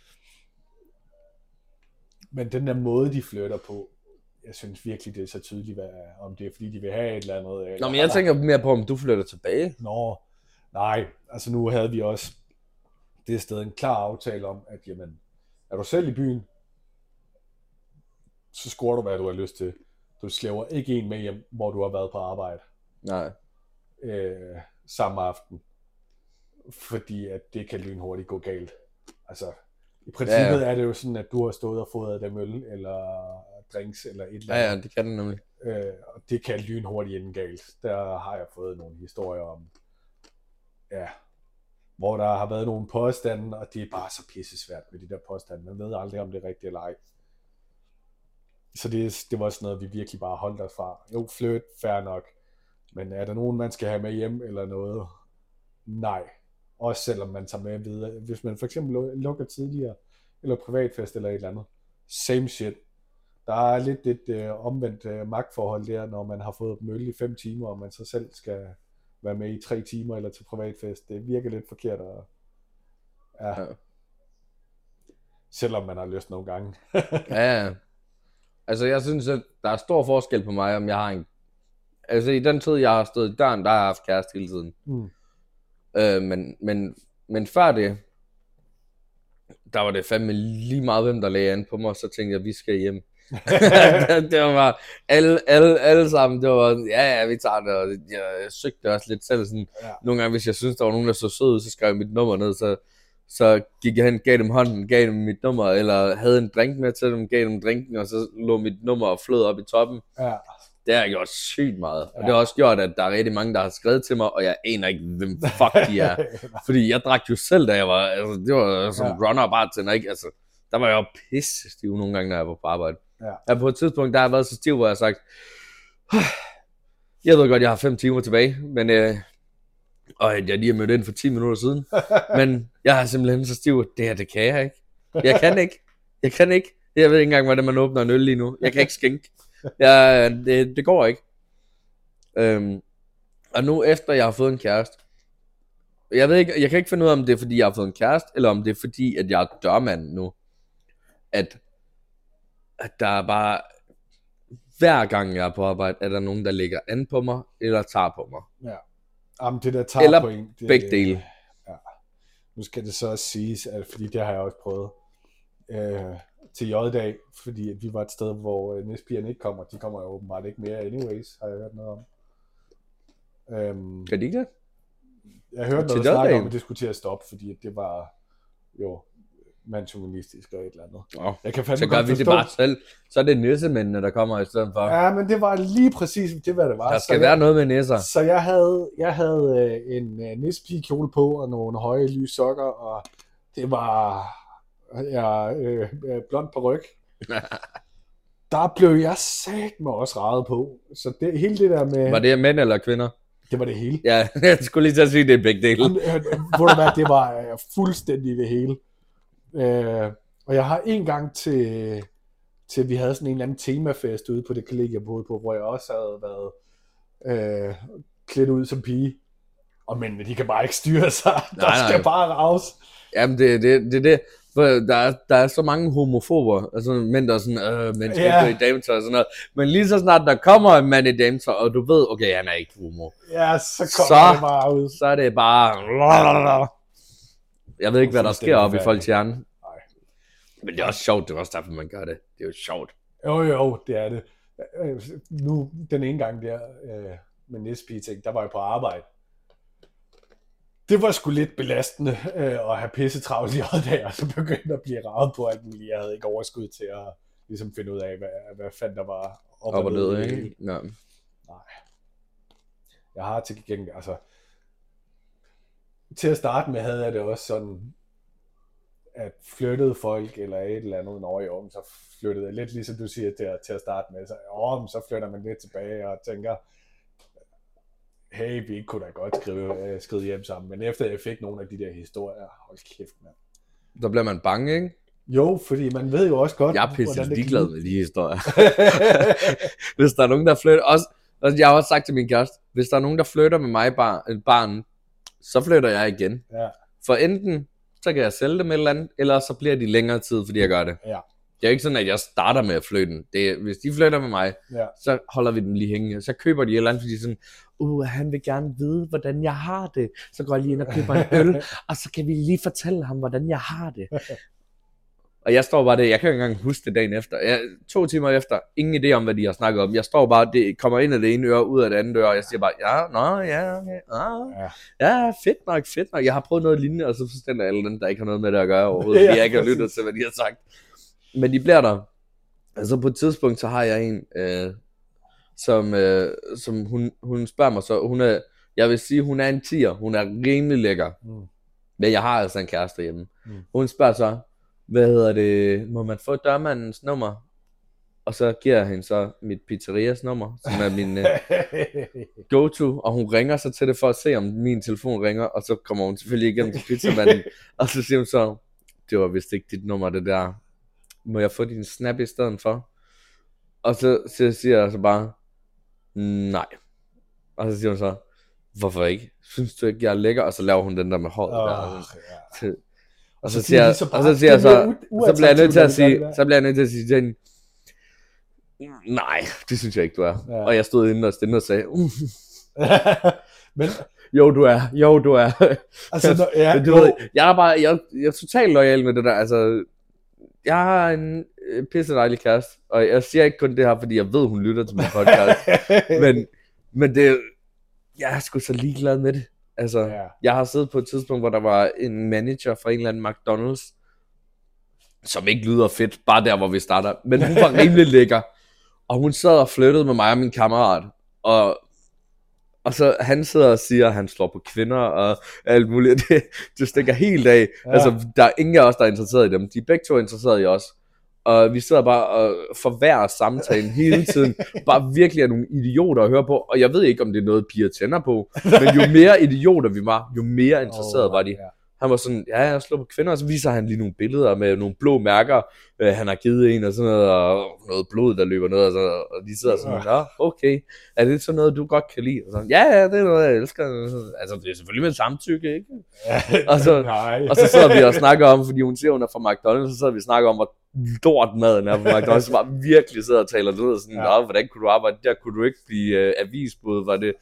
Men den der måde, de flytter på, jeg synes virkelig, det er så tydeligt, hvad, om det er fordi, de vil have et eller andet. Eller, Nå, men jeg tænker mere på, om du flytter tilbage. Nå, nej. Altså nu havde vi også det sted en klar aftale om, at jamen, er du selv i byen, så scorer du, hvad du har lyst til. Du slæver ikke en med hjem, hvor du har været på arbejde. Nej. Øh, samme aften. Fordi at det kan lynhurtigt gå galt. Altså, i princippet ja, ja. er det jo sådan, at du har stået og fået dem øl, eller drinks, eller et eller andet. Ja, ja, det kan det nemlig. Øh, og det kan lynhurtigt ende galt. Der har jeg fået nogle historier om, ja, hvor der har været nogle påstande, og det er bare så pissesvært med de der påstande. Man ved aldrig, om det er rigtigt eller ej. Så det, det var sådan noget, vi virkelig bare holdt os fra. Jo, flirt, fair nok. Men er der nogen, man skal have med hjem eller noget? Nej. Også selvom man tager med videre. Hvis man for eksempel lukker tidligere, eller privatfest eller et eller andet. Same shit. Der er lidt et øh, omvendt øh, magtforhold der, når man har fået mølle i fem timer, og man så selv skal være med i tre timer eller til privatfest. Det virker lidt forkert. Og, ja. Ja. Selvom man har lyst nogle gange. Ja, altså jeg synes, at der er stor forskel på mig, om jeg har en... Altså i den tid, jeg har stået i døren, der har jeg haft kæreste hele tiden. Mm. Øh, men, men, men før det, der var det fandme lige meget, hvem der lagde an på mig, så tænkte jeg, at vi skal hjem. det var bare, alle, alle, alle sammen, det var, ja, ja, vi tager det, og jeg, jeg søgte også lidt selv, sådan, ja. Nogle gange, hvis jeg synes, der var nogen, der så sød, så skrev jeg mit nummer ned, så, så gik jeg hen, gav dem hånden, gav dem mit nummer, eller havde en drink med til dem, gav dem drinken, og så lå mit nummer og flød op i toppen. Ja. Det har jeg gjort sygt meget, og ja. Det har også gjort, at der er rigtig mange, der har skrevet til mig, og jeg aner ikke, hvem fuck de er, fordi jeg drak jo selv, da jeg var, altså, det var som ja. runner bartender, ikke, altså, der var jeg jo pisse stiv nogle gange, når jeg var på arbejde. Ja. Jeg på et tidspunkt, der har jeg været så stiv, hvor jeg har sagt, jeg ved godt, jeg har fem timer tilbage, men øh, og jeg lige har mødt ind for ti minutter siden, men jeg er simpelthen så stiv, det her, det kan jeg ikke. Jeg kan ikke. Jeg kan ikke. Jeg ved ikke engang, hvordan man åbner en øl lige nu. Jeg kan ikke skænke. Jeg, det, det går ikke. Øhm, og nu efter jeg har fået en kæreste, jeg ved ikke, jeg kan ikke finde ud af, om det er fordi, jeg har fået en kæreste, eller om det er fordi, at jeg er dørmand nu. At, at der er bare, hver gang jeg er på arbejde, er der nogen, der lægger an på mig, eller tager på mig. Ja. Jamen, det der tager eller point, det, begge dele. Ja. Nu skal det så også siges, at, fordi det har jeg også prøvet øh, til J-dag, fordi vi var et sted, hvor øh, næstpigerne ikke kommer. De kommer jo åbenbart ikke mere anyways, har jeg hørt noget om. Øhm, kan de ikke det? Jeg hørte noget snakke om, at det skulle til at stoppe, fordi det var jo mandsjournalistisk og et eller andet. Oh, jeg kan så gør vi det bare selv. Så er det nissemændene, der kommer i stedet for. Ja, men det var lige præcis det, hvad det var. Der skal så være jeg, noget med nisser. Så jeg havde, jeg havde øh, en øh, nissepigekjole på, og nogle høje lyse sokker, og det var ja, øh, blond på ryg. Der blev jeg satme også raget på. Så det, hele det der med... Var det mænd eller kvinder? Det var det hele. Ja, jeg skulle lige til at sige, det er begge dele. Hvor det var, det var fuldstændig det hele. Øh, og jeg har en gang til, til vi havde sådan en eller anden temafest ude på det kollegie, jeg boede på, hvor jeg også havde været øh, klædt ud som pige. Og mændene, de kan bare ikke styre sig. Der nej, skal nej. bare raves. Jamen, det er det, det, det. Der er, der er så mange homofober, altså mænd, der er sådan, øh, mænd skal ja. ikke gå i dametøj og sådan noget. Men lige så snart der kommer en mand i dametøj, og du ved, okay, han er ikke homo. Ja, så kommer så, det bare ud. Så er det bare... Jeg ved ikke, hvad der sker op i folks hjerne. Nej. Men det er også sjovt, det er også derfor, man gør det. Det er jo sjovt. Jo, jo, det er det. Nu, den ene gang der øh, med næstpige-ting, der var jeg på arbejde. Det var sgu lidt belastende øh, at have pisse travlt i J-dag, og så begyndte at blive ravet på alt muligt. Jeg havde ikke overskud til at ligesom finde ud af, hvad, hvad fanden der var op, op og ned. Ikke? Nej. Nej. Jeg har til gengæld, altså... Til at starte med havde jeg det også sådan, at flyttede folk eller et eller andet når i år, så flyttede jeg lidt, ligesom du siger, til at, til at starte med. Så, åh, så flytter man lidt tilbage og tænker, hey, vi kunne da godt skrive, øh, skrive hjem sammen. Men efter jeg fik nogle af de der historier, hold kæft, mand. Der bliver man bange, ikke? Jo, fordi man ved jo også godt, jeg er pisse ligeglad med de historier. Hvis der er nogen, der flytter, også, også, jeg har også sagt til min kæreste, hvis der er nogen, der flytter med mig, bar, barn, så flytter jeg igen. Ja. For enten, så kan jeg sælge dem et eller andet, eller så bliver de længere tid, fordi jeg gør det. Ja. Det er ikke sådan, at jeg starter med at flytte. Det er, hvis de flytter med mig, ja. så holder vi dem lige hængende. Så køber de et eller andet, fordi sådan, uh, han vil gerne vide, hvordan jeg har det. Så går jeg lige ind og køber en øl, og så kan vi lige fortælle ham, hvordan jeg har det. Og jeg står bare det, jeg kan ikke engang huske det dagen efter. Jeg, to timer efter, ingen idé om, hvad de har snakket om. Jeg står bare, det kommer ind af det ene øre, ud af det andet øre, og jeg siger bare, ja, nå, ja, okay, ah, ja. ja, fedt nok, fedt nok. Jeg har prøvet noget lignende, og så forstår alle dem, der ikke har noget med det at gøre overhovedet, fordi jeg ikke har lyttet til, hvad de har sagt. Men de bliver der. Altså på et tidspunkt, så har jeg en, øh, som, øh, som hun, hun spørger mig så, hun er, jeg vil sige, hun er en tier, hun er rimelig lækker. Mm. Men jeg har altså en kæreste hjemme. Mm. Hun spørger så, hvad hedder det, må man få dørmandens nummer? Og så giver jeg hende så mit pizzerias nummer, som er min uh, go-to, og hun ringer så til det for at se, om min telefon ringer, og så kommer hun selvfølgelig igennem til pizzamanden, og så siger hun så, det var vist ikke dit nummer, det der, må jeg få din snap i stedet for? Og så, så siger jeg så bare, nej. Og så siger hun så, hvorfor ikke? Synes du ikke, jeg er lækker? Og så laver hun den der med håret oh, der. Ja. Og så siger jeg, så, og så siger jeg så, så bliver jeg nødt til at sige, så bliver jeg nødt til at sige til hende, nej, det synes jeg ikke, du er. Ja. Og jeg stod inde og stille og sagde, uh. Men jo, du er, jo, du er. Altså, når, ja, du ved, jeg er bare, jeg, jeg er totalt loyal med det der, altså, jeg har en pisse dejlig kæreste. Og jeg siger ikke kun det her, fordi jeg ved, hun lytter til min podcast. men, men det, jeg er sgu så ligeglad med det. Altså, ja. Jeg har siddet på et tidspunkt, hvor der var en manager fra en eller anden McDonald's, som ikke lyder fedt, bare der, hvor vi starter. Men hun var rimelig lækker. Og hun sad og flyttede med mig og min kammerat. Og, og så han sidder og siger, at han slår på kvinder og alt muligt. Det, det stikker helt af. Ja. Altså, der er ingen af os, der er interesseret i dem. De er begge to interesseret i os. Og vi sidder bare og forværrer samtalen hele tiden. Bare virkelig er nogle idioter at høre på. Og jeg ved ikke, om det er noget, piger tænder på. Men jo mere idioter vi var, jo mere interesseret oh, var de. Ja. Han var sådan, ja, jeg slår på kvinder, og så viser han lige nogle billeder med nogle blå mærker, øh, han har givet en, og sådan noget, og noget blod, der løber ned, og, så, og de sidder sådan, ja, okay, er det sådan noget, du godt kan lide? Og sådan, ja, ja, det er noget, jeg elsker. Altså, det er selvfølgelig med samtykke, ikke? Ja, og, så, og så sidder vi og snakker om, fordi hun siger, hun er fra McDonald's, så sidder vi og snakker om, hvor lort maden er fra McDonald's, så bare virkelig sidder og taler ned, og sådan, ja. Hvordan kunne du arbejde? Der kunne du ikke blive uh, avisbud, var det?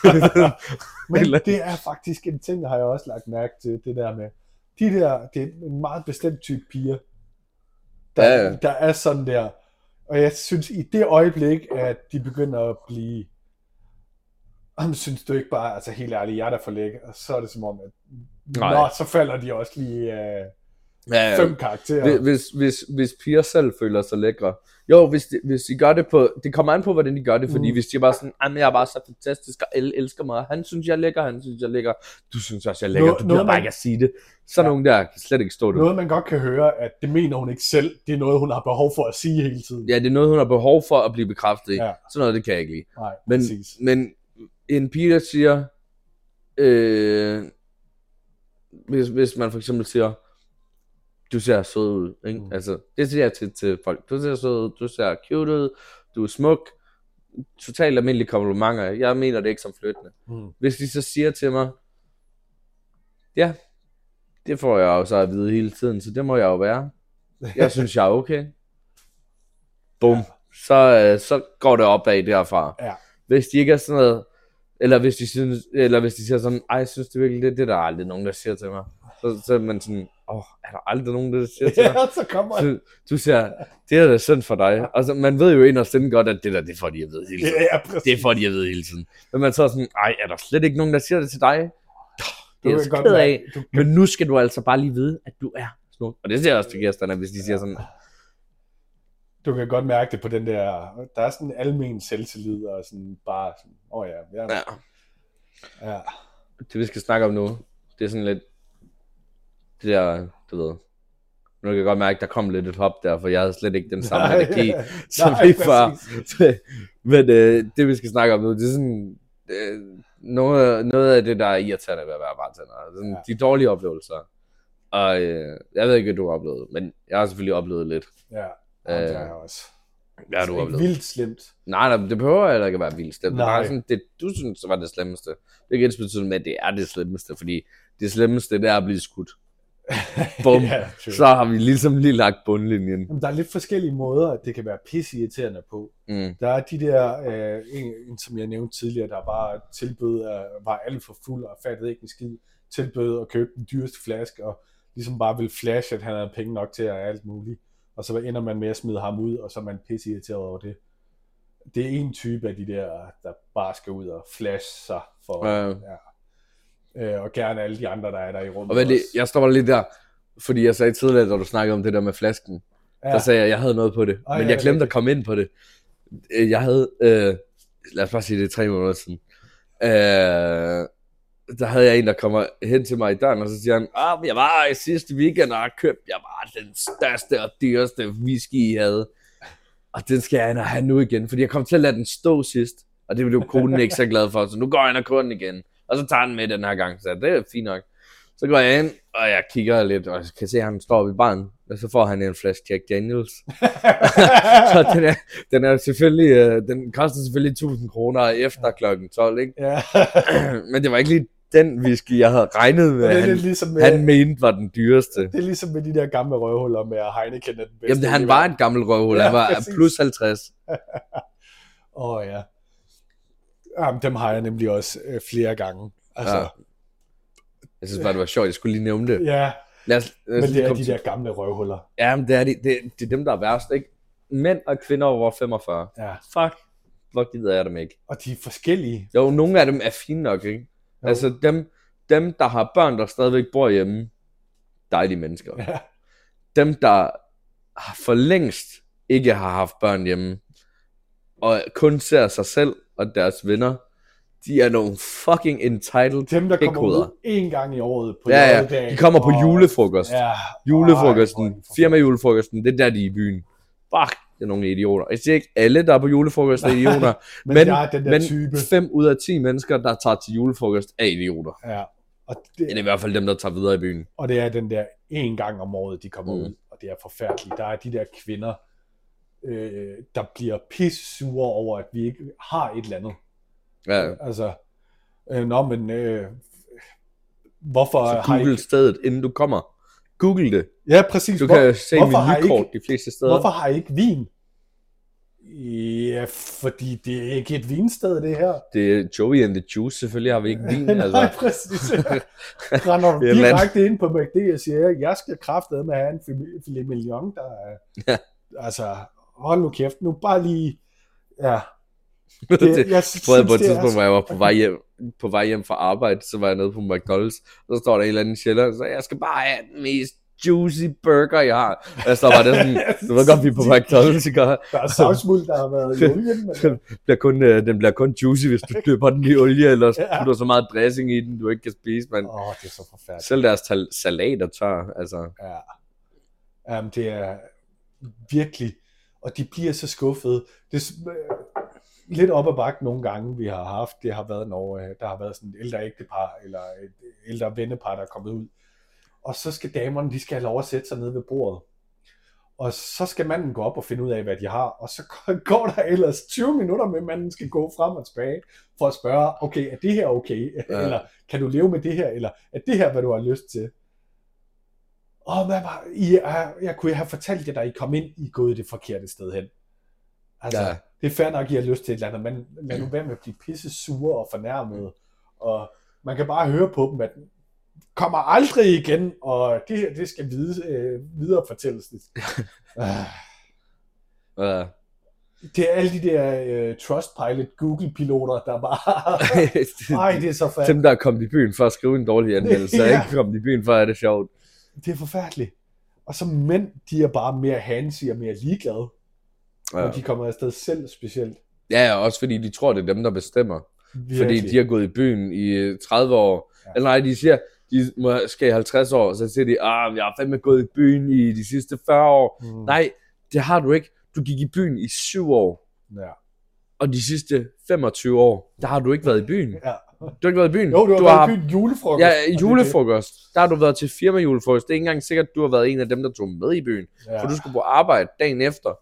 Men det er faktisk en ting, der har jeg også lagt mærke til, det der med, de der, det er en meget bestemt type piger, der, ja, ja. der er sådan der, og jeg synes, i det øjeblik, at de begynder at blive, jamen, synes du ikke bare, altså helt ærligt, jeg er der for lækker, og så er det som om, at, nå, så falder de også lige uh, ja, ja. fem karakterer. Hvis, hvis, hvis piger selv føler sig lækre, jo, hvis de, hvis de gør det på, det kommer an på, hvordan de gør det, fordi mm. hvis de er bare sådan, jeg er bare så fantastisk, og alle elsker mig, han synes, jeg er lækker, han synes, jeg er lækker, du synes også, jeg er lækker, Nå, du bliver bare ikke at sige det. Så er ja. Nogen der kan slet ikke stå det. Noget, man godt kan høre, at det mener hun ikke selv, det er noget, hun har behov for at sige hele tiden. Ja, det er noget, hun har behov for at blive bekræftet i. Ja. Sådan noget, det kan jeg ikke lide. Nej, men, men en pige, der siger, øh, hvis, hvis man for eksempel siger, du ser sød ud, ikke? Mm. Altså, det siger jeg til, til folk. Du ser sød ud, du ser cute ud, du er smuk. Totalt almindelige komplimenter. Jeg mener det ikke som flyttende. Mm. Hvis de så siger til mig, ja, det får jeg jo så at vide hele tiden, så det må jeg jo være. Jeg synes, jeg er okay. Bum. Ja. Så, så går det opad derfra. Ja. Hvis de ikke er sådan noget, eller hvis de, synes, eller hvis de siger sådan, ej, jeg synes det virkelig, det, det der er aldrig nogen, der siger til mig. Så, så er man sådan, åh, oh, er der aldrig nogen, der siger til mig? Ja, så kommer du, du siger, det er da synd for dig. Og så, man ved jo inderst inden godt, at det der, det får de at vide hele tiden. Ja, det får de at vide hele tiden. Men man så er sådan, ej, er der slet ikke nogen, der siger det til dig? Det er jeg så ked af. Du... Men nu skal du altså bare lige vide, at du er smuk. Og det siger jeg også til gæsterne, hvis de siger sådan. Du kan godt mærke det på den der, der er sådan en almen selvtillid, og sådan bare sådan, åh oh ja, ja. Ja. Ja. Det vi skal snakke om nu, det er sådan lidt, det der, du ved, nu kan jeg godt mærke, der kom lidt et hop der, for jeg havde slet ikke den samme energi, som vi før. Men øh, det vi skal snakke om nu, det er sådan, øh, noget, noget af det, der er irriterende ved at være bartender. Sådan, ja. De dårlige oplevelser. Og øh, jeg ved ikke, hvad du har oplevet, men jeg har selvfølgelig oplevet lidt. Ja, øh, det har jeg også. Ja, du har oplevet. Vildt slemt. Nej, nej, det behøver heller ikke at være vildt slemt. Det er bare sådan, det du synes var det slemmeste. Det er ikke ens betydende med, at det er det slemmeste, fordi det slemmeste, det er at blive skudt. Bum, ja, så har vi ligesom lige lagt bundlinjen. Jamen, der er lidt forskellige måder, at det kan være pisseirriterende på. Mm. Der er de der, øh, en, en, som jeg nævnte tidligere, der bare tilbød, øh, var alt for fuld og fattede ikke en skid, tilbød at købe den dyreste flaske, og ligesom bare ville flashe, at han havde penge nok til at alt muligt. Og så ender man med at smide ham ud, og så er man pisseirriteret over det. Det er en type af de der, der bare skal ud og flashe sig for... Øh. Ja. Øh, og gerne alle de andre, der er der i rummet. Og vent lige, jeg står lidt der, fordi jeg sagde tidligere, da du snakkede om det der med flasken, ja. Der sagde jeg, at jeg havde noget på det, oh, men ja, jeg glemte at komme ind på det. Jeg havde, øh, lad os bare sige det, tre måneder siden, øh, der havde jeg en, der kommer hen til mig i døren, og så siger han, ah, jeg var i sidste weekend, og købte jeg bare den største og dyreste whisky, I havde. Og den skal jeg ind og have nu igen, fordi jeg kom til at lade den stå sidst, og det blev konen ikke så glad for, så nu går jeg ind og køber den igen. Og så tager han med den her gang, så det er fint nok. Så går jeg ind, og jeg kigger lidt, og jeg kan se, at han står ved baren, og så får han en flaske Jack Daniels. Så den er, den er selvfølgelig, den koster selvfølgelig tusind kroner efter klokken tolv, ikke? Ja. Men det var ikke lige den whisky, jeg havde regnet med, han, ligesom med, han mente var den dyreste. Det er ligesom med de der gamle røvhuller med, at Heineken er den bedste. Jamen, han var en gammel røvhul, ja, han var præcis. Plus halvtreds. Åh oh, ja. Jamen, dem har jeg nemlig også øh, flere gange. Altså, ja. Jeg synes bare, det var sjovt, jeg skulle lige nævne det. Ja. Lad os, lad os Men det er komme de til- der gamle røvhuller. Ja, men det er, de, det, det er dem, der er værst, ikke? Mænd og kvinder over femogfyrre. Ja. Fuck, hvor gider jeg dem ikke. Og de er forskellige. Jo, nogle af dem er fine nok, ikke? Jo. Altså dem, dem, der har børn, der stadigvæk bor hjemme, dejlige mennesker. Ja. Dem, der for længst ikke har haft børn hjemme, og kun ser sig selv og deres venner, de er nogle fucking entitled Dem, der kommer pikhoveder. ud en gang i året på Ja, ja, juledag, de kommer på og- julefrokost. Ja. Julefrokosten, Ej, hvor- firma-julefrokosten, det er der, de er i byen. Fuck, det er nogle idioter. Jeg siger ikke alle, der er på julefrokost, er idioter, Men, men, der er den der men type. fem ud af ti mennesker, der tager til julefrokost, er idioter. Ja. Og det, Det er i hvert fald dem, der tager videre i byen. og det er den der en gang om året, de kommer Mm. ud, og det er forfærdeligt. Der er de der kvinder, øh, der bliver pisse sure over, at vi ikke har et eller andet. Ja, Altså, øh, nå, men øh, hvorfor så har I Google ikke... stedet, inden du kommer. Google det. Ja, præcis. Du Hvor, kan se hvorfor har I menukort ikke- de fleste steder. hvorfor har I ikke vin? Ja, fordi det er ikke et vinsted, det her. Det er Joey and the Juice, selvfølgelig har vi ikke vin. Nej, Altså. præcis. Render du Det er land. direkte ind på McD og siger, jeg skal kraftedeme have en fil- filet mignon, der er... Ja. Altså, hold nu kæft, nu bare lige... Ja, Det, det, det jeg prøvede jeg på et det er tidspunkt, hvor jeg var på vej hjem, på vej hjem fra arbejde, så var jeg nede på McDonald's, og så står der en eller anden sjæller, og så jeg skal bare have den mest juicy burger, jeg har. Og jeg står bare der sådan, du ved godt, vi er på McDonald's, ikke? Og Der er savsmuld, der har været i olien, men den bliver kun, øh, den bliver kun juicy, hvis du dypper den i olie, eller Ja. putter så meget dressing i den, du ikke kan spise, men åh, oh, det er så forfærdeligt. selv deres tal- salat er tør, altså. Ja. Jamen, det er virkelig, og de bliver så skuffede. Det er s- øh, lidt op ad bakke nogle gange, vi har haft. Det har været, når øh, der har været sådan et ældre ægtepar, eller et ældre vennepar, der er kommet ud. Og så skal damerne, de skal have lov at sætte sig ned ved bordet. Og så skal manden gå op og finde ud af, hvad de har. Og så går der ellers tyve minutter med, at manden skal gå frem og tilbage, for at spørge, okay, er det her okay? Ja. Eller kan du leve med det her? Eller er det her, hvad du har lyst til? Åh, hvad var, I, er, jeg kunne have fortalt jer, da I kom ind, I er gået det forkerte sted hen. Altså, Ja. ja. det er fair nok, at I har lyst til et eller andet, men lad nu være med at blive pisse sure og fornærmede. Og man kan bare høre på dem, at den kommer aldrig igen, og det her, det skal vide, øh, videre fortælles. Ah. Ja. Det er alle de der øh, Trustpilot Google-piloter, der bare... Ej, det er så færdigt. Dem, der er kommet i byen for at skrive en dårlig anmeldelse, Ja. ja. ikke kommet i byen for, at det er sjovt. Det er forfærdeligt. Og så mænd, de er bare mere handsy og mere ligeglade, ja. Ja. når de kommer afsted selv specielt. Ja, ja, også fordi de tror, det er dem, der bestemmer. Virkelig. Fordi de har gået i byen i tredive år. Ja. Ja. Eller nej, de siger, de må, skal i halvtreds år, så siger de, ah, jeg har fandme gået i byen i de sidste fyrre år. Mm. Nej, det har du ikke. Du gik i byen i syv år, Ja. og de sidste femogtyve år, der har du ikke været i byen. Ja. Du har ikke været i byen. Jo, du har du været har, i byen julefrokost. Ja, og det er julefrokost. Der har du været til firma-julefrokost. Det er ikke engang sikkert, at du har været en af dem, der tog med i byen. det. Ja. For du skulle på arbejde dagen efter.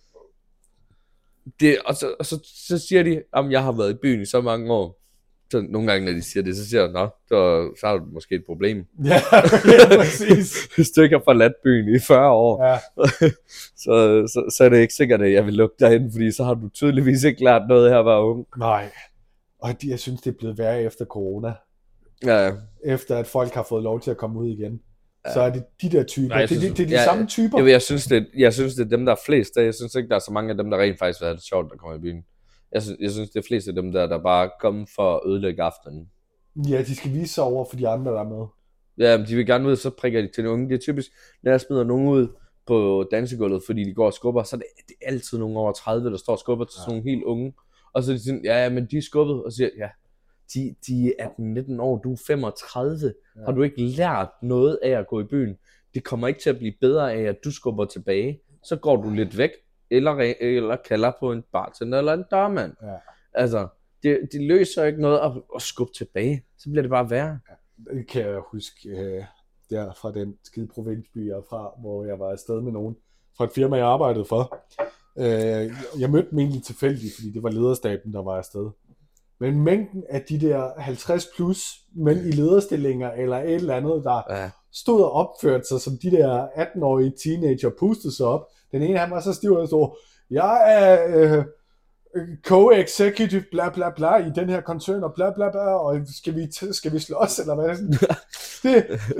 Det, og så, og så, så siger de, at jeg har været i byen i så mange år. Så nogle gange, når de siger det, så siger jeg, nå, så, så har du måske et problem. Ja, ja, præcis. Hvis du ikke har forladt byen i fyrre år, Ja. så, så, så er det ikke sikkert, at jeg vil lukke dig ind, fordi så har du tydeligvis ikke lært noget her at være ung. Nej. Og de, jeg synes, det er blevet værre efter corona. Ja, Efter at folk har fået lov til at komme ud igen. Ja. Så er det de der typer. Nej, jeg det, synes- det, det er de ja, samme typer. jeg, jeg, synes, det, jeg synes, det er dem, der er flest af. Jeg synes ikke, der er så mange af dem, der rent faktisk vil have det sjovt, der kommer i byen. Jeg synes, jeg synes det er flest af dem, der, der bare kommer for at ødelægge aftenen. Ja, de skal vise sig over for de andre, der er med. Ja, men de vil gerne ud, så prikker de til de unge. Det er typisk, når jeg smider nogen ud på dansegulvet, fordi de går og skubber, så er det, det er altid nogen over tredive, der står og skubber til sådan nogle helt unge. Og så er de sådan, ja, ja, men de er skubbet, og så siger ja, de, de er atten nitten år, du er femogtredive. Ja. Har du ikke lært noget af at gå i byen? Det kommer ikke til at blive bedre af, at du skubber tilbage. Så går du lidt væk, eller, re- eller kalder på en bartender eller en dørmand. Ja. Altså, det, det løser ikke noget at, at skubbe tilbage. Så bliver det bare værre. Det kan jeg huske øh, der fra den skide provinsby, jeg er fra, hvor jeg var afsted med nogen fra et firma, jeg arbejdede for. Øh, jeg mødte dem egentlig tilfældigt, fordi det var lederstaben, der var afsted. Men mængden af de der halvtreds plus mænd i lederstillinger, eller et eller andet, der Ja. stod og opførte sig som de der atten-årige teenager, pustede sig op. Den ene, han var så stiv, og stod, jeg er øh, co-executive, bla bla bla, i den her koncern, og bla bla bla, og skal vi, t- skal vi slås, eller hvad? Det,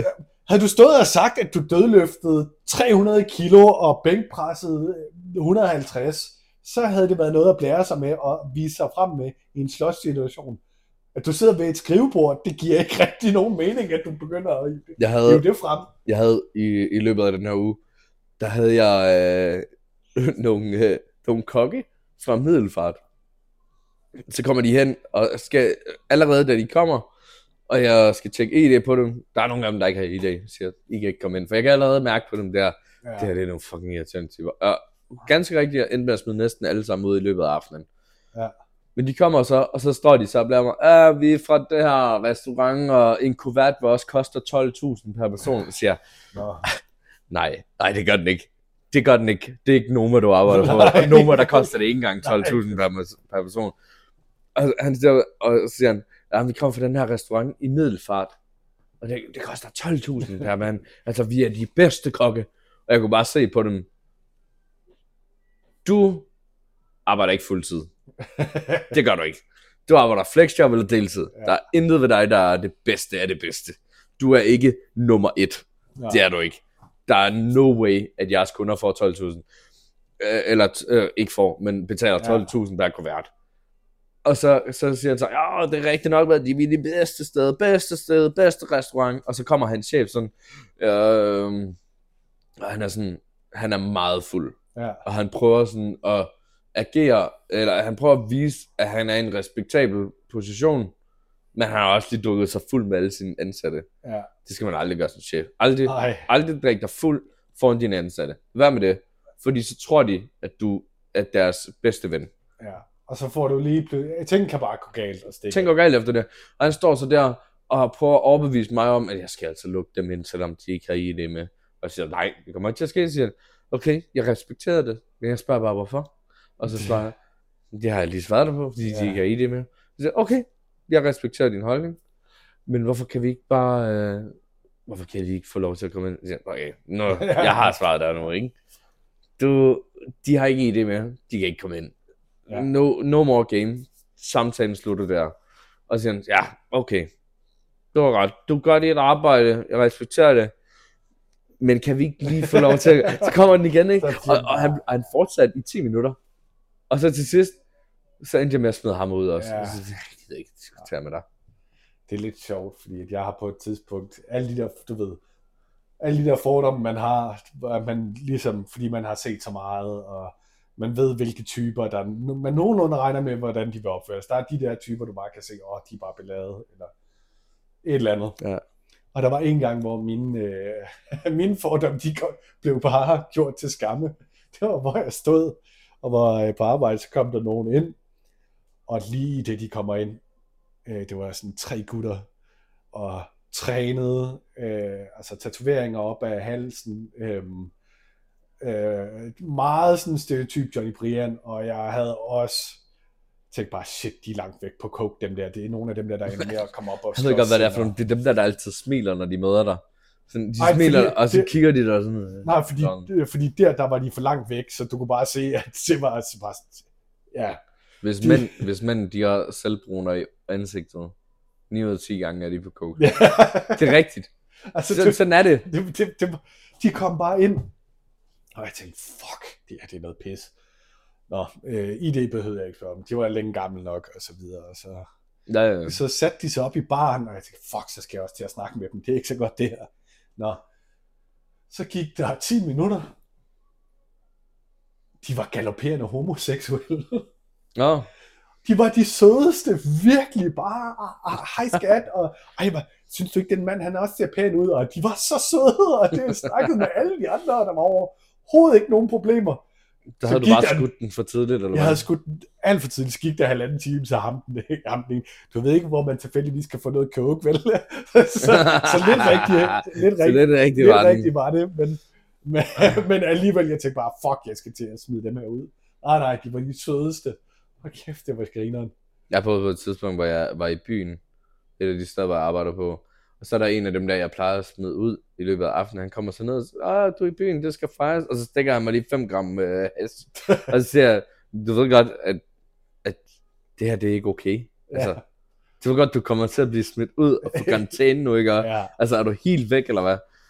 havde du stået og sagt, at du dødløftede tre hundrede kilo og bænkpressede et hundrede og halvtreds, så havde det været noget at blære sig med og vise sig frem med i en slåssituation. At du sidder ved et skrivebord, det giver ikke rigtig nogen mening, at du begynder at jeg havde, hive det frem. Jeg havde i, i løbet af den her uge, der havde jeg øh, nogle, øh, nogle kokke fra Middelfart. Så kommer de hen, og skal allerede da de kommer, og jeg skal tjekke I D på dem. Der er nogle af dem, der ikke har I D, siger I kan ikke komme ind. For jeg kan allerede mærke på dem der, ja. Det her det er nogle fucking irriterende typer. Og ganske rigtigt, jeg endte med at smide næsten alle sammen ud i løbet af aftenen. Ja. Men de kommer så, og så står de så og bliver mig, ah, vi er fra det her restaurant, og en kuvert, hvor også koster tolv tusind per person. Så siger jeg, nej, nej, det gør den ikke. Det gør den ikke. Det er ikke Noma, du arbejder på. Noma, der koster det ikke engang tolv tusind per, per person. Og han siger, og så siger han, ja, vi kommer fra den her restaurant i Middelfart, og det, det koster tolv tusind per mand. Altså, vi er de bedste kokke. Og jeg kunne bare se på dem, du arbejder ikke fuldtid. Det gør du ikke. Du arbejder flexjob eller deltid. Ja. Der er intet ved dig, der er det bedste af det bedste. Du er ikke nummer et. Ja. Det er du ikke. Der er no way, at jeres kunder får tolv tusind. Øh, eller øh, ikke får, men betaler tolv tusind per kuvert. Og så, så siger han så, ja, det er rigtigt nok, at de er det bedste sted, bedste sted, bedste restaurant. Og så kommer hans chef sådan, øh, og han er sådan, han er meget fuld. Ja. Og han prøver sådan at agere, eller han prøver at vise, at han er i en respektabel position, men han har også lige dukket sig fuld med alle sine ansatte. Ja. Det skal man aldrig gøre som chef. Aldrig, aldrig drikke dig fuld foran dine ansatte. Hvad med det? Fordi så tror de, at du er deres bedste ven. Ja. Og så får du lige pludselig... Ting kan bare gå galt og stikke. Ting går galt efter det. Og han står så der og prøver at overbevise mig om, at jeg skal altså lukke dem ind, selvom de ikke har I D med. Og jeg siger, nej, det kommer ikke til at ske. Jeg siger, okay, jeg respekterer det, men jeg spørger bare, hvorfor? Og så svarer jeg, det har jeg lige svaret dig på, fordi ja. De ikke har I D med. Jeg siger, okay, jeg respekterer din holdning, men hvorfor kan vi ikke bare... Øh, hvorfor kan de ikke få lov til at komme ind? Jeg siger, okay, nu, jeg har svaret dig nu, ikke? Du, de har ikke I D med, de kan ikke komme ind. Ja. No, no more game. Samtalen slutter der. Og så siger han, ja, okay. Du har ret. Du gør dit arbejde. Jeg respekterer det. Men kan vi ikke lige få lov til at... Så kommer den igen, ikke? Og, og han, han fortsatte i ti minutter. Og så til sidst, så endte jeg med at smide ham ud også. Ja. Og så siger jeg, jeg gider ikke diskutere med dig. Det er lidt sjovt, fordi jeg har på et tidspunkt, alle de der, du ved, alle de der fordomme, man har, man ligesom, fordi man har set så meget, og man ved, hvilke typer, der man nogenlunde regner med, hvordan de vil opføres. Der er de der typer, du bare kan se, åh, oh, de er bare beladet, eller et eller andet. Ja. Og der var en gang, hvor mine, øh, mine fordomme, de blev bare gjort til skamme. Det var, hvor jeg stod og var på arbejde, så kom der nogen ind, og lige det, de kommer ind, øh, det var sådan tre gutter, og trænede, øh, altså tatoveringer op af halsen, øh, øh, meget sådan stereotyp Johnny Brian, og jeg havde også tænkt bare, shit, de er langt væk på coke, dem der, det er nogle af dem der, der ender med at komme op og slås. Jeg ved godt, hvad det er for nogle, det er dem der, der altid smiler, når de møder dig. Sådan, de Ej, smiler, fordi, og så det, kigger de der sådan. Nej, fordi, det, fordi der, der var de for langt væk, så du kunne bare se, at det var, det var ja. Hvis de, mænd, hvis mænd, de har selvbruner i ansigtet, ni ud af ti gange er de på coke. Ja. Det er rigtigt. Altså, sådan, det, sådan er det. det, det, det. De kom bare ind, og jeg tænkte, fuck, det er, det er noget pis. Nå, øh, I D behøvede jeg ikke for dem. De var længe gamle nok, og så videre. Og så, ja, ja. Så satte de sig op i baren, og jeg tænkte, fuck, så skal jeg også til at snakke med dem. Det er ikke så godt det her. Nå, så gik der ti minutter. De var galopperende homoseksuelle. Nå. De var de sødeste, virkelig bare, hej skat, og ej, hvad, synes du ikke, den mand, han også ser pæn ud, og de var så søde, og det snakkede med alle de andre, der var overhovedet ikke nogen problemer. Der havde du bare der, skudt den for tidligt, eller hvad? Jeg havde skudt den alt for tidligt, så gik der halvanden time, så ham den, ham den. Du ved ikke, hvor man tilfældigvis kan få noget coke, vel? så, så lidt rigtigt, lidt rigtigt, lidt rigtigt, lidt var, rigtigt var det, men, men, men alligevel, jeg tænkte bare, fuck, jeg skal til at smide dem her ud. Nej, nej, de var de sødeste. Hvor kæft, det var grineren. Jeg er på et tidspunkt, hvor jeg var i byen, et af de steder, hvor jeg arbejder på, og så er der en af dem der, jeg plejer at smide ud i løbet af aftenen. Han kommer så ned og siger, ah, du er i byen, det skal fejres. Og så stikker han mig lige fem gram øh, has. Og så siger jeg, du ved godt, at, at det her, det er ikke okay. Ja. Altså, du ved godt, du kommer til at blive smidt ud og få karantæne nu, ikke? Ja. Altså, er du helt væk, eller hvad?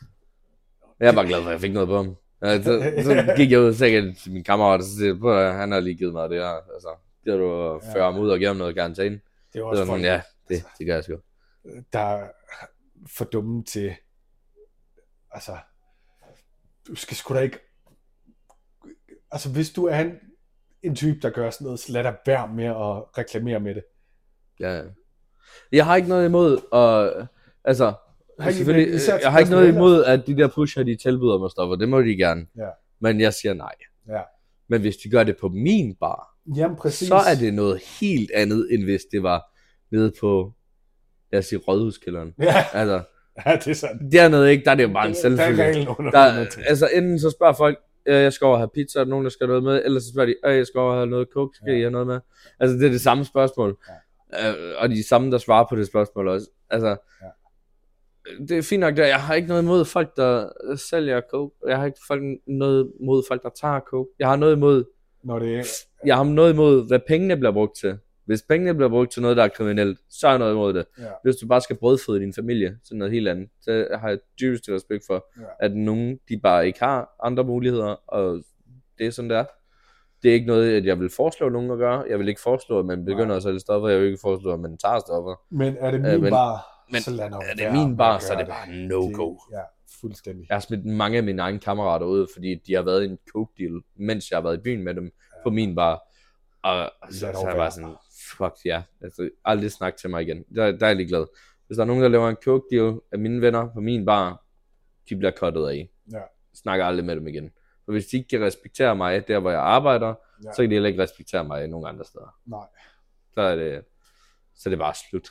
Jeg er bare glad for, at jeg fik noget på ham. Ja, så, så gik jeg ud og sagde til min kammerat, og så siger jeg, han har lige givet mig det her. Altså, det har du at føre ham ud og give ham noget karantæne. Det er også sådan, folk, ja, det, det gør jeg sgu. der er for dumme til, altså, du skal sgu da ikke, altså hvis du er en, en type, der gør sådan noget, så lad dig være med at reklamere med det. Ja, jeg har ikke noget imod, og altså, Har I- selvfølgelig, især til jeg har ikke noget personale. imod, at de der pusher, de tilbyder mig stoffer, det må de gerne. Ja. Men jeg siger nej. Ja. Men hvis de gør det på min bar, Jamen præcis. så er det noget helt andet, end hvis det var nede på, lad os sige, Rådhuskælderen. Ja, Altså, ja, det er sådan. dernede ikke, der er det jo bare en Der er ikke selvfølge. reglen under Der, hundrede. altså, enten så spørger folk, øh, jeg skal over have pizza, er der nogen, der skal have noget med? Eller så spørger de, øh, jeg skal over have noget coke, skal Ja. I have noget med? Altså, det er det samme spørgsmål. Ja. Øh, og de samme, der svarer på det spørgsmål også. Altså, Ja. det er fint nok der. Jeg har ikke noget imod folk, der sælger coke. Jeg har ikke folk, noget imod folk, der tager coke. Jeg har noget imod, Når det er, jeg har noget imod, hvad pengene bliver brugt til. Hvis pengene bliver brugt til noget, der er kriminelt, så har jeg noget imod det. ja, Hvis du bare skal brødføde din familie, så er noget helt andet. Så har jeg dybeste respekt for, Ja. at nogen, de bare ikke har andre muligheder, og det er sådan, det er. Det er ikke noget, at jeg vil foreslå nogen at gøre. Jeg vil ikke foreslå, at man begynder Nej. at sælge stoffer. Jeg vil ikke foreslå, at man tager stoffer. men er det min Øh, men- bar, men så lad nu er det være min med bar, at så er gøre det bare no-go. Det- Ja, fuldstændig. Jeg har smidt mange af mine egne kammerater ud, fordi de har været i en coke deal, mens jeg har været i byen med dem ja. på min bar. Og så, Lad så dog er jeg være. bare sådan, fuck ja, altså aldrig snak til mig igen. Der, der er jeg ligeglad. Hvis der er nogen, der laver en coke deal af mine venner på min bar, de bliver cuttet af. Ja. Snakker aldrig med dem igen. For hvis de ikke kan respektere mig der, hvor jeg arbejder, Ja. så kan de heller ikke respektere mig nogen andre steder. Nej, Så er det, så er det bare slut.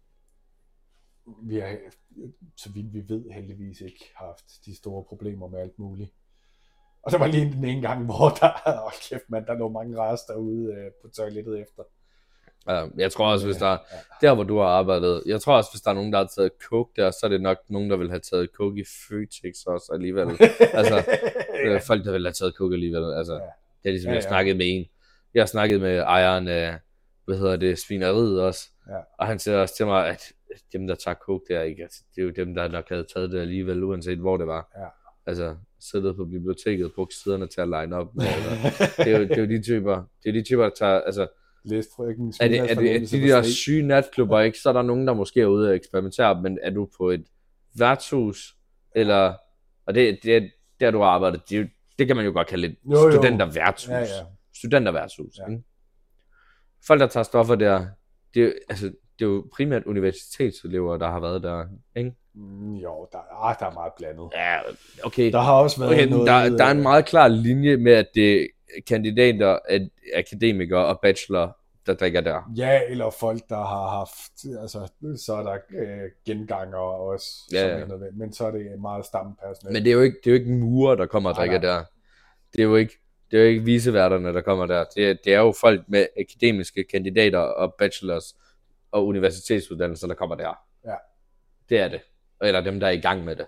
vi har, så vidt vi ved, heldigvis ikke haft de store problemer med alt muligt. Og der var lige den ene gang, hvor der, åh kæft mand, der lå mange rester ude øh, på toilettet efter. Ja, jeg tror også, hvis der Ja. der hvor du har arbejdet, jeg tror også, hvis der er nogen, der har taget coke der, så er det nok nogen, der vil have taget coke i Føtex også alligevel. Altså, det er folk, der vil have taget coke alligevel. Altså, Ja. det er ligesom, Ja, jeg ja. snakket med en. Jeg har snakket med ejeren af, hvad hedder det, svineriet også. Ja. Og han siger også til mig, at dem, der tager coke der, ikke, altså, det er jo dem, der nok havde taget det alligevel, uanset hvor det var. Ja. Altså, siddet på biblioteket, brugt siderne til at line op. Med, eller, det, er jo, det er jo de typer, det er de typer, der tager, altså, Læst frøken er det, er det er de der syge natklubber, ikke? Så er der nogen, der måske er ude og eksperimentere, men er du på et værtshus, eller, og det, det er der, du har arbejdet, det, er jo- det kan man jo godt kalde et Jo, jo. studenterværtshus. Ja, ja. Studenterværtshus, Ja. ikke? Folk, der tager stoffer der, det er, jo- altså, det er jo primært universitetselever, der har været der, ikke? Mm, jo, der, ah, der er meget blandet. Ja, okay. Der har også været Okay, noget... der, der er en øh, meget klar linje med, at det er kandidater, at akademikere og bachelor, der drikker der. Ja, eller folk, der har haft, altså, så er der øh, genganger også, Ja, som ja. er nødvendigt, men så er det meget stampersonale. Men det er jo ikke, det er jo ikke murer, der kommer og Nej, drikker nej. der. Det er jo ikke, det er jo ikke viseværterne, der kommer der. Det er, det er jo folk med akademiske kandidater og bachelors og universitetsuddannelser, der kommer der. Ja. Det er det. Eller dem, der er i gang med det.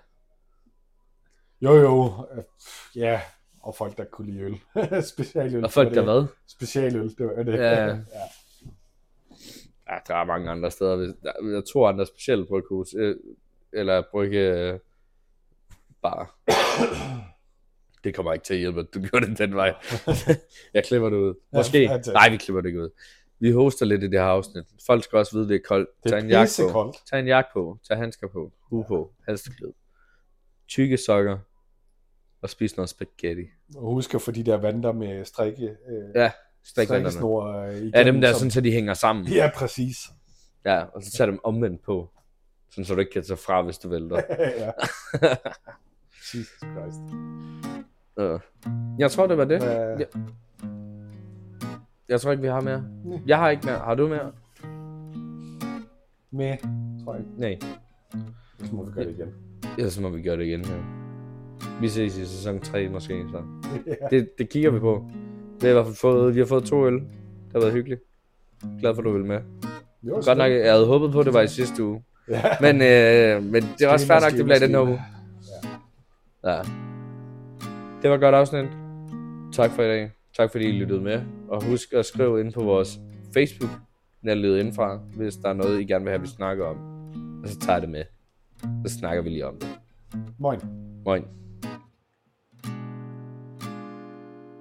Jo, jo, øh, ja, og folk, der kunne lide øl. Specialøl. Og folk, det der var hvad? det. Specialøl, det var det. Ja. ja. Ja, der er mange andre steder. Hvis- Der der er to andre specielle bryghus. øh, Eller brygge øh, bare. Det kommer ikke til at hjælpe, at du gjorde det den vej. Jeg klipper det ud. Måske. Ja, tak. Nej, vi klipper det ikke ud. Vi hoster lidt i det her afsnit. Folk skal også vide, det er koldt. Det Tag en er jakke på. pissekoldt. Tag en jakke på. Tag handsker på. Hue på. Halsklid. Tykke sokker. Og spis noget spaghetti. Og husk at få de der vanter med strikke, øh, Ja, strikvanderne. strikkesnor øh, igennem. Ja, dem der, som- sådan, så de hænger sammen. Ja, præcis. Ja, og så tager dem omvendt på. Sådan, så du ikke kan tage fra, hvis du vælter. ja. Jesus Christ. Øh. Jeg tror, det var det. Hvad- Ja. Jeg tror ikke, vi har mere. Jeg har ikke mere. Har du mere? Med, tror jeg ikke. Nej. Så må vi gøre det igen. Ellers må vi gøre det igen. Ja. Vi ses i sæson tre måske. Så. Ja. Det, det kigger vi på. Vi har i hvert fald fået, vi har fået to øl. Det har været hyggeligt. Glad for, at du vil med. Jo, Godt nok, jeg havde håbet på, at det var i sidste uge. Ja. Men, øh, men det er også fair nok, Måske, det bliver den her måske. uge. Ja. Det var et godt afsnit. Tak for i dag. Tak fordi I lyttede med. Og husk at skrive ind på vores Facebook, Natlivet Indfra, hvis der er noget, I gerne vil have, vi snakker om. Og så tager jeg det med. Så snakker vi lige om det. Moin. Moin.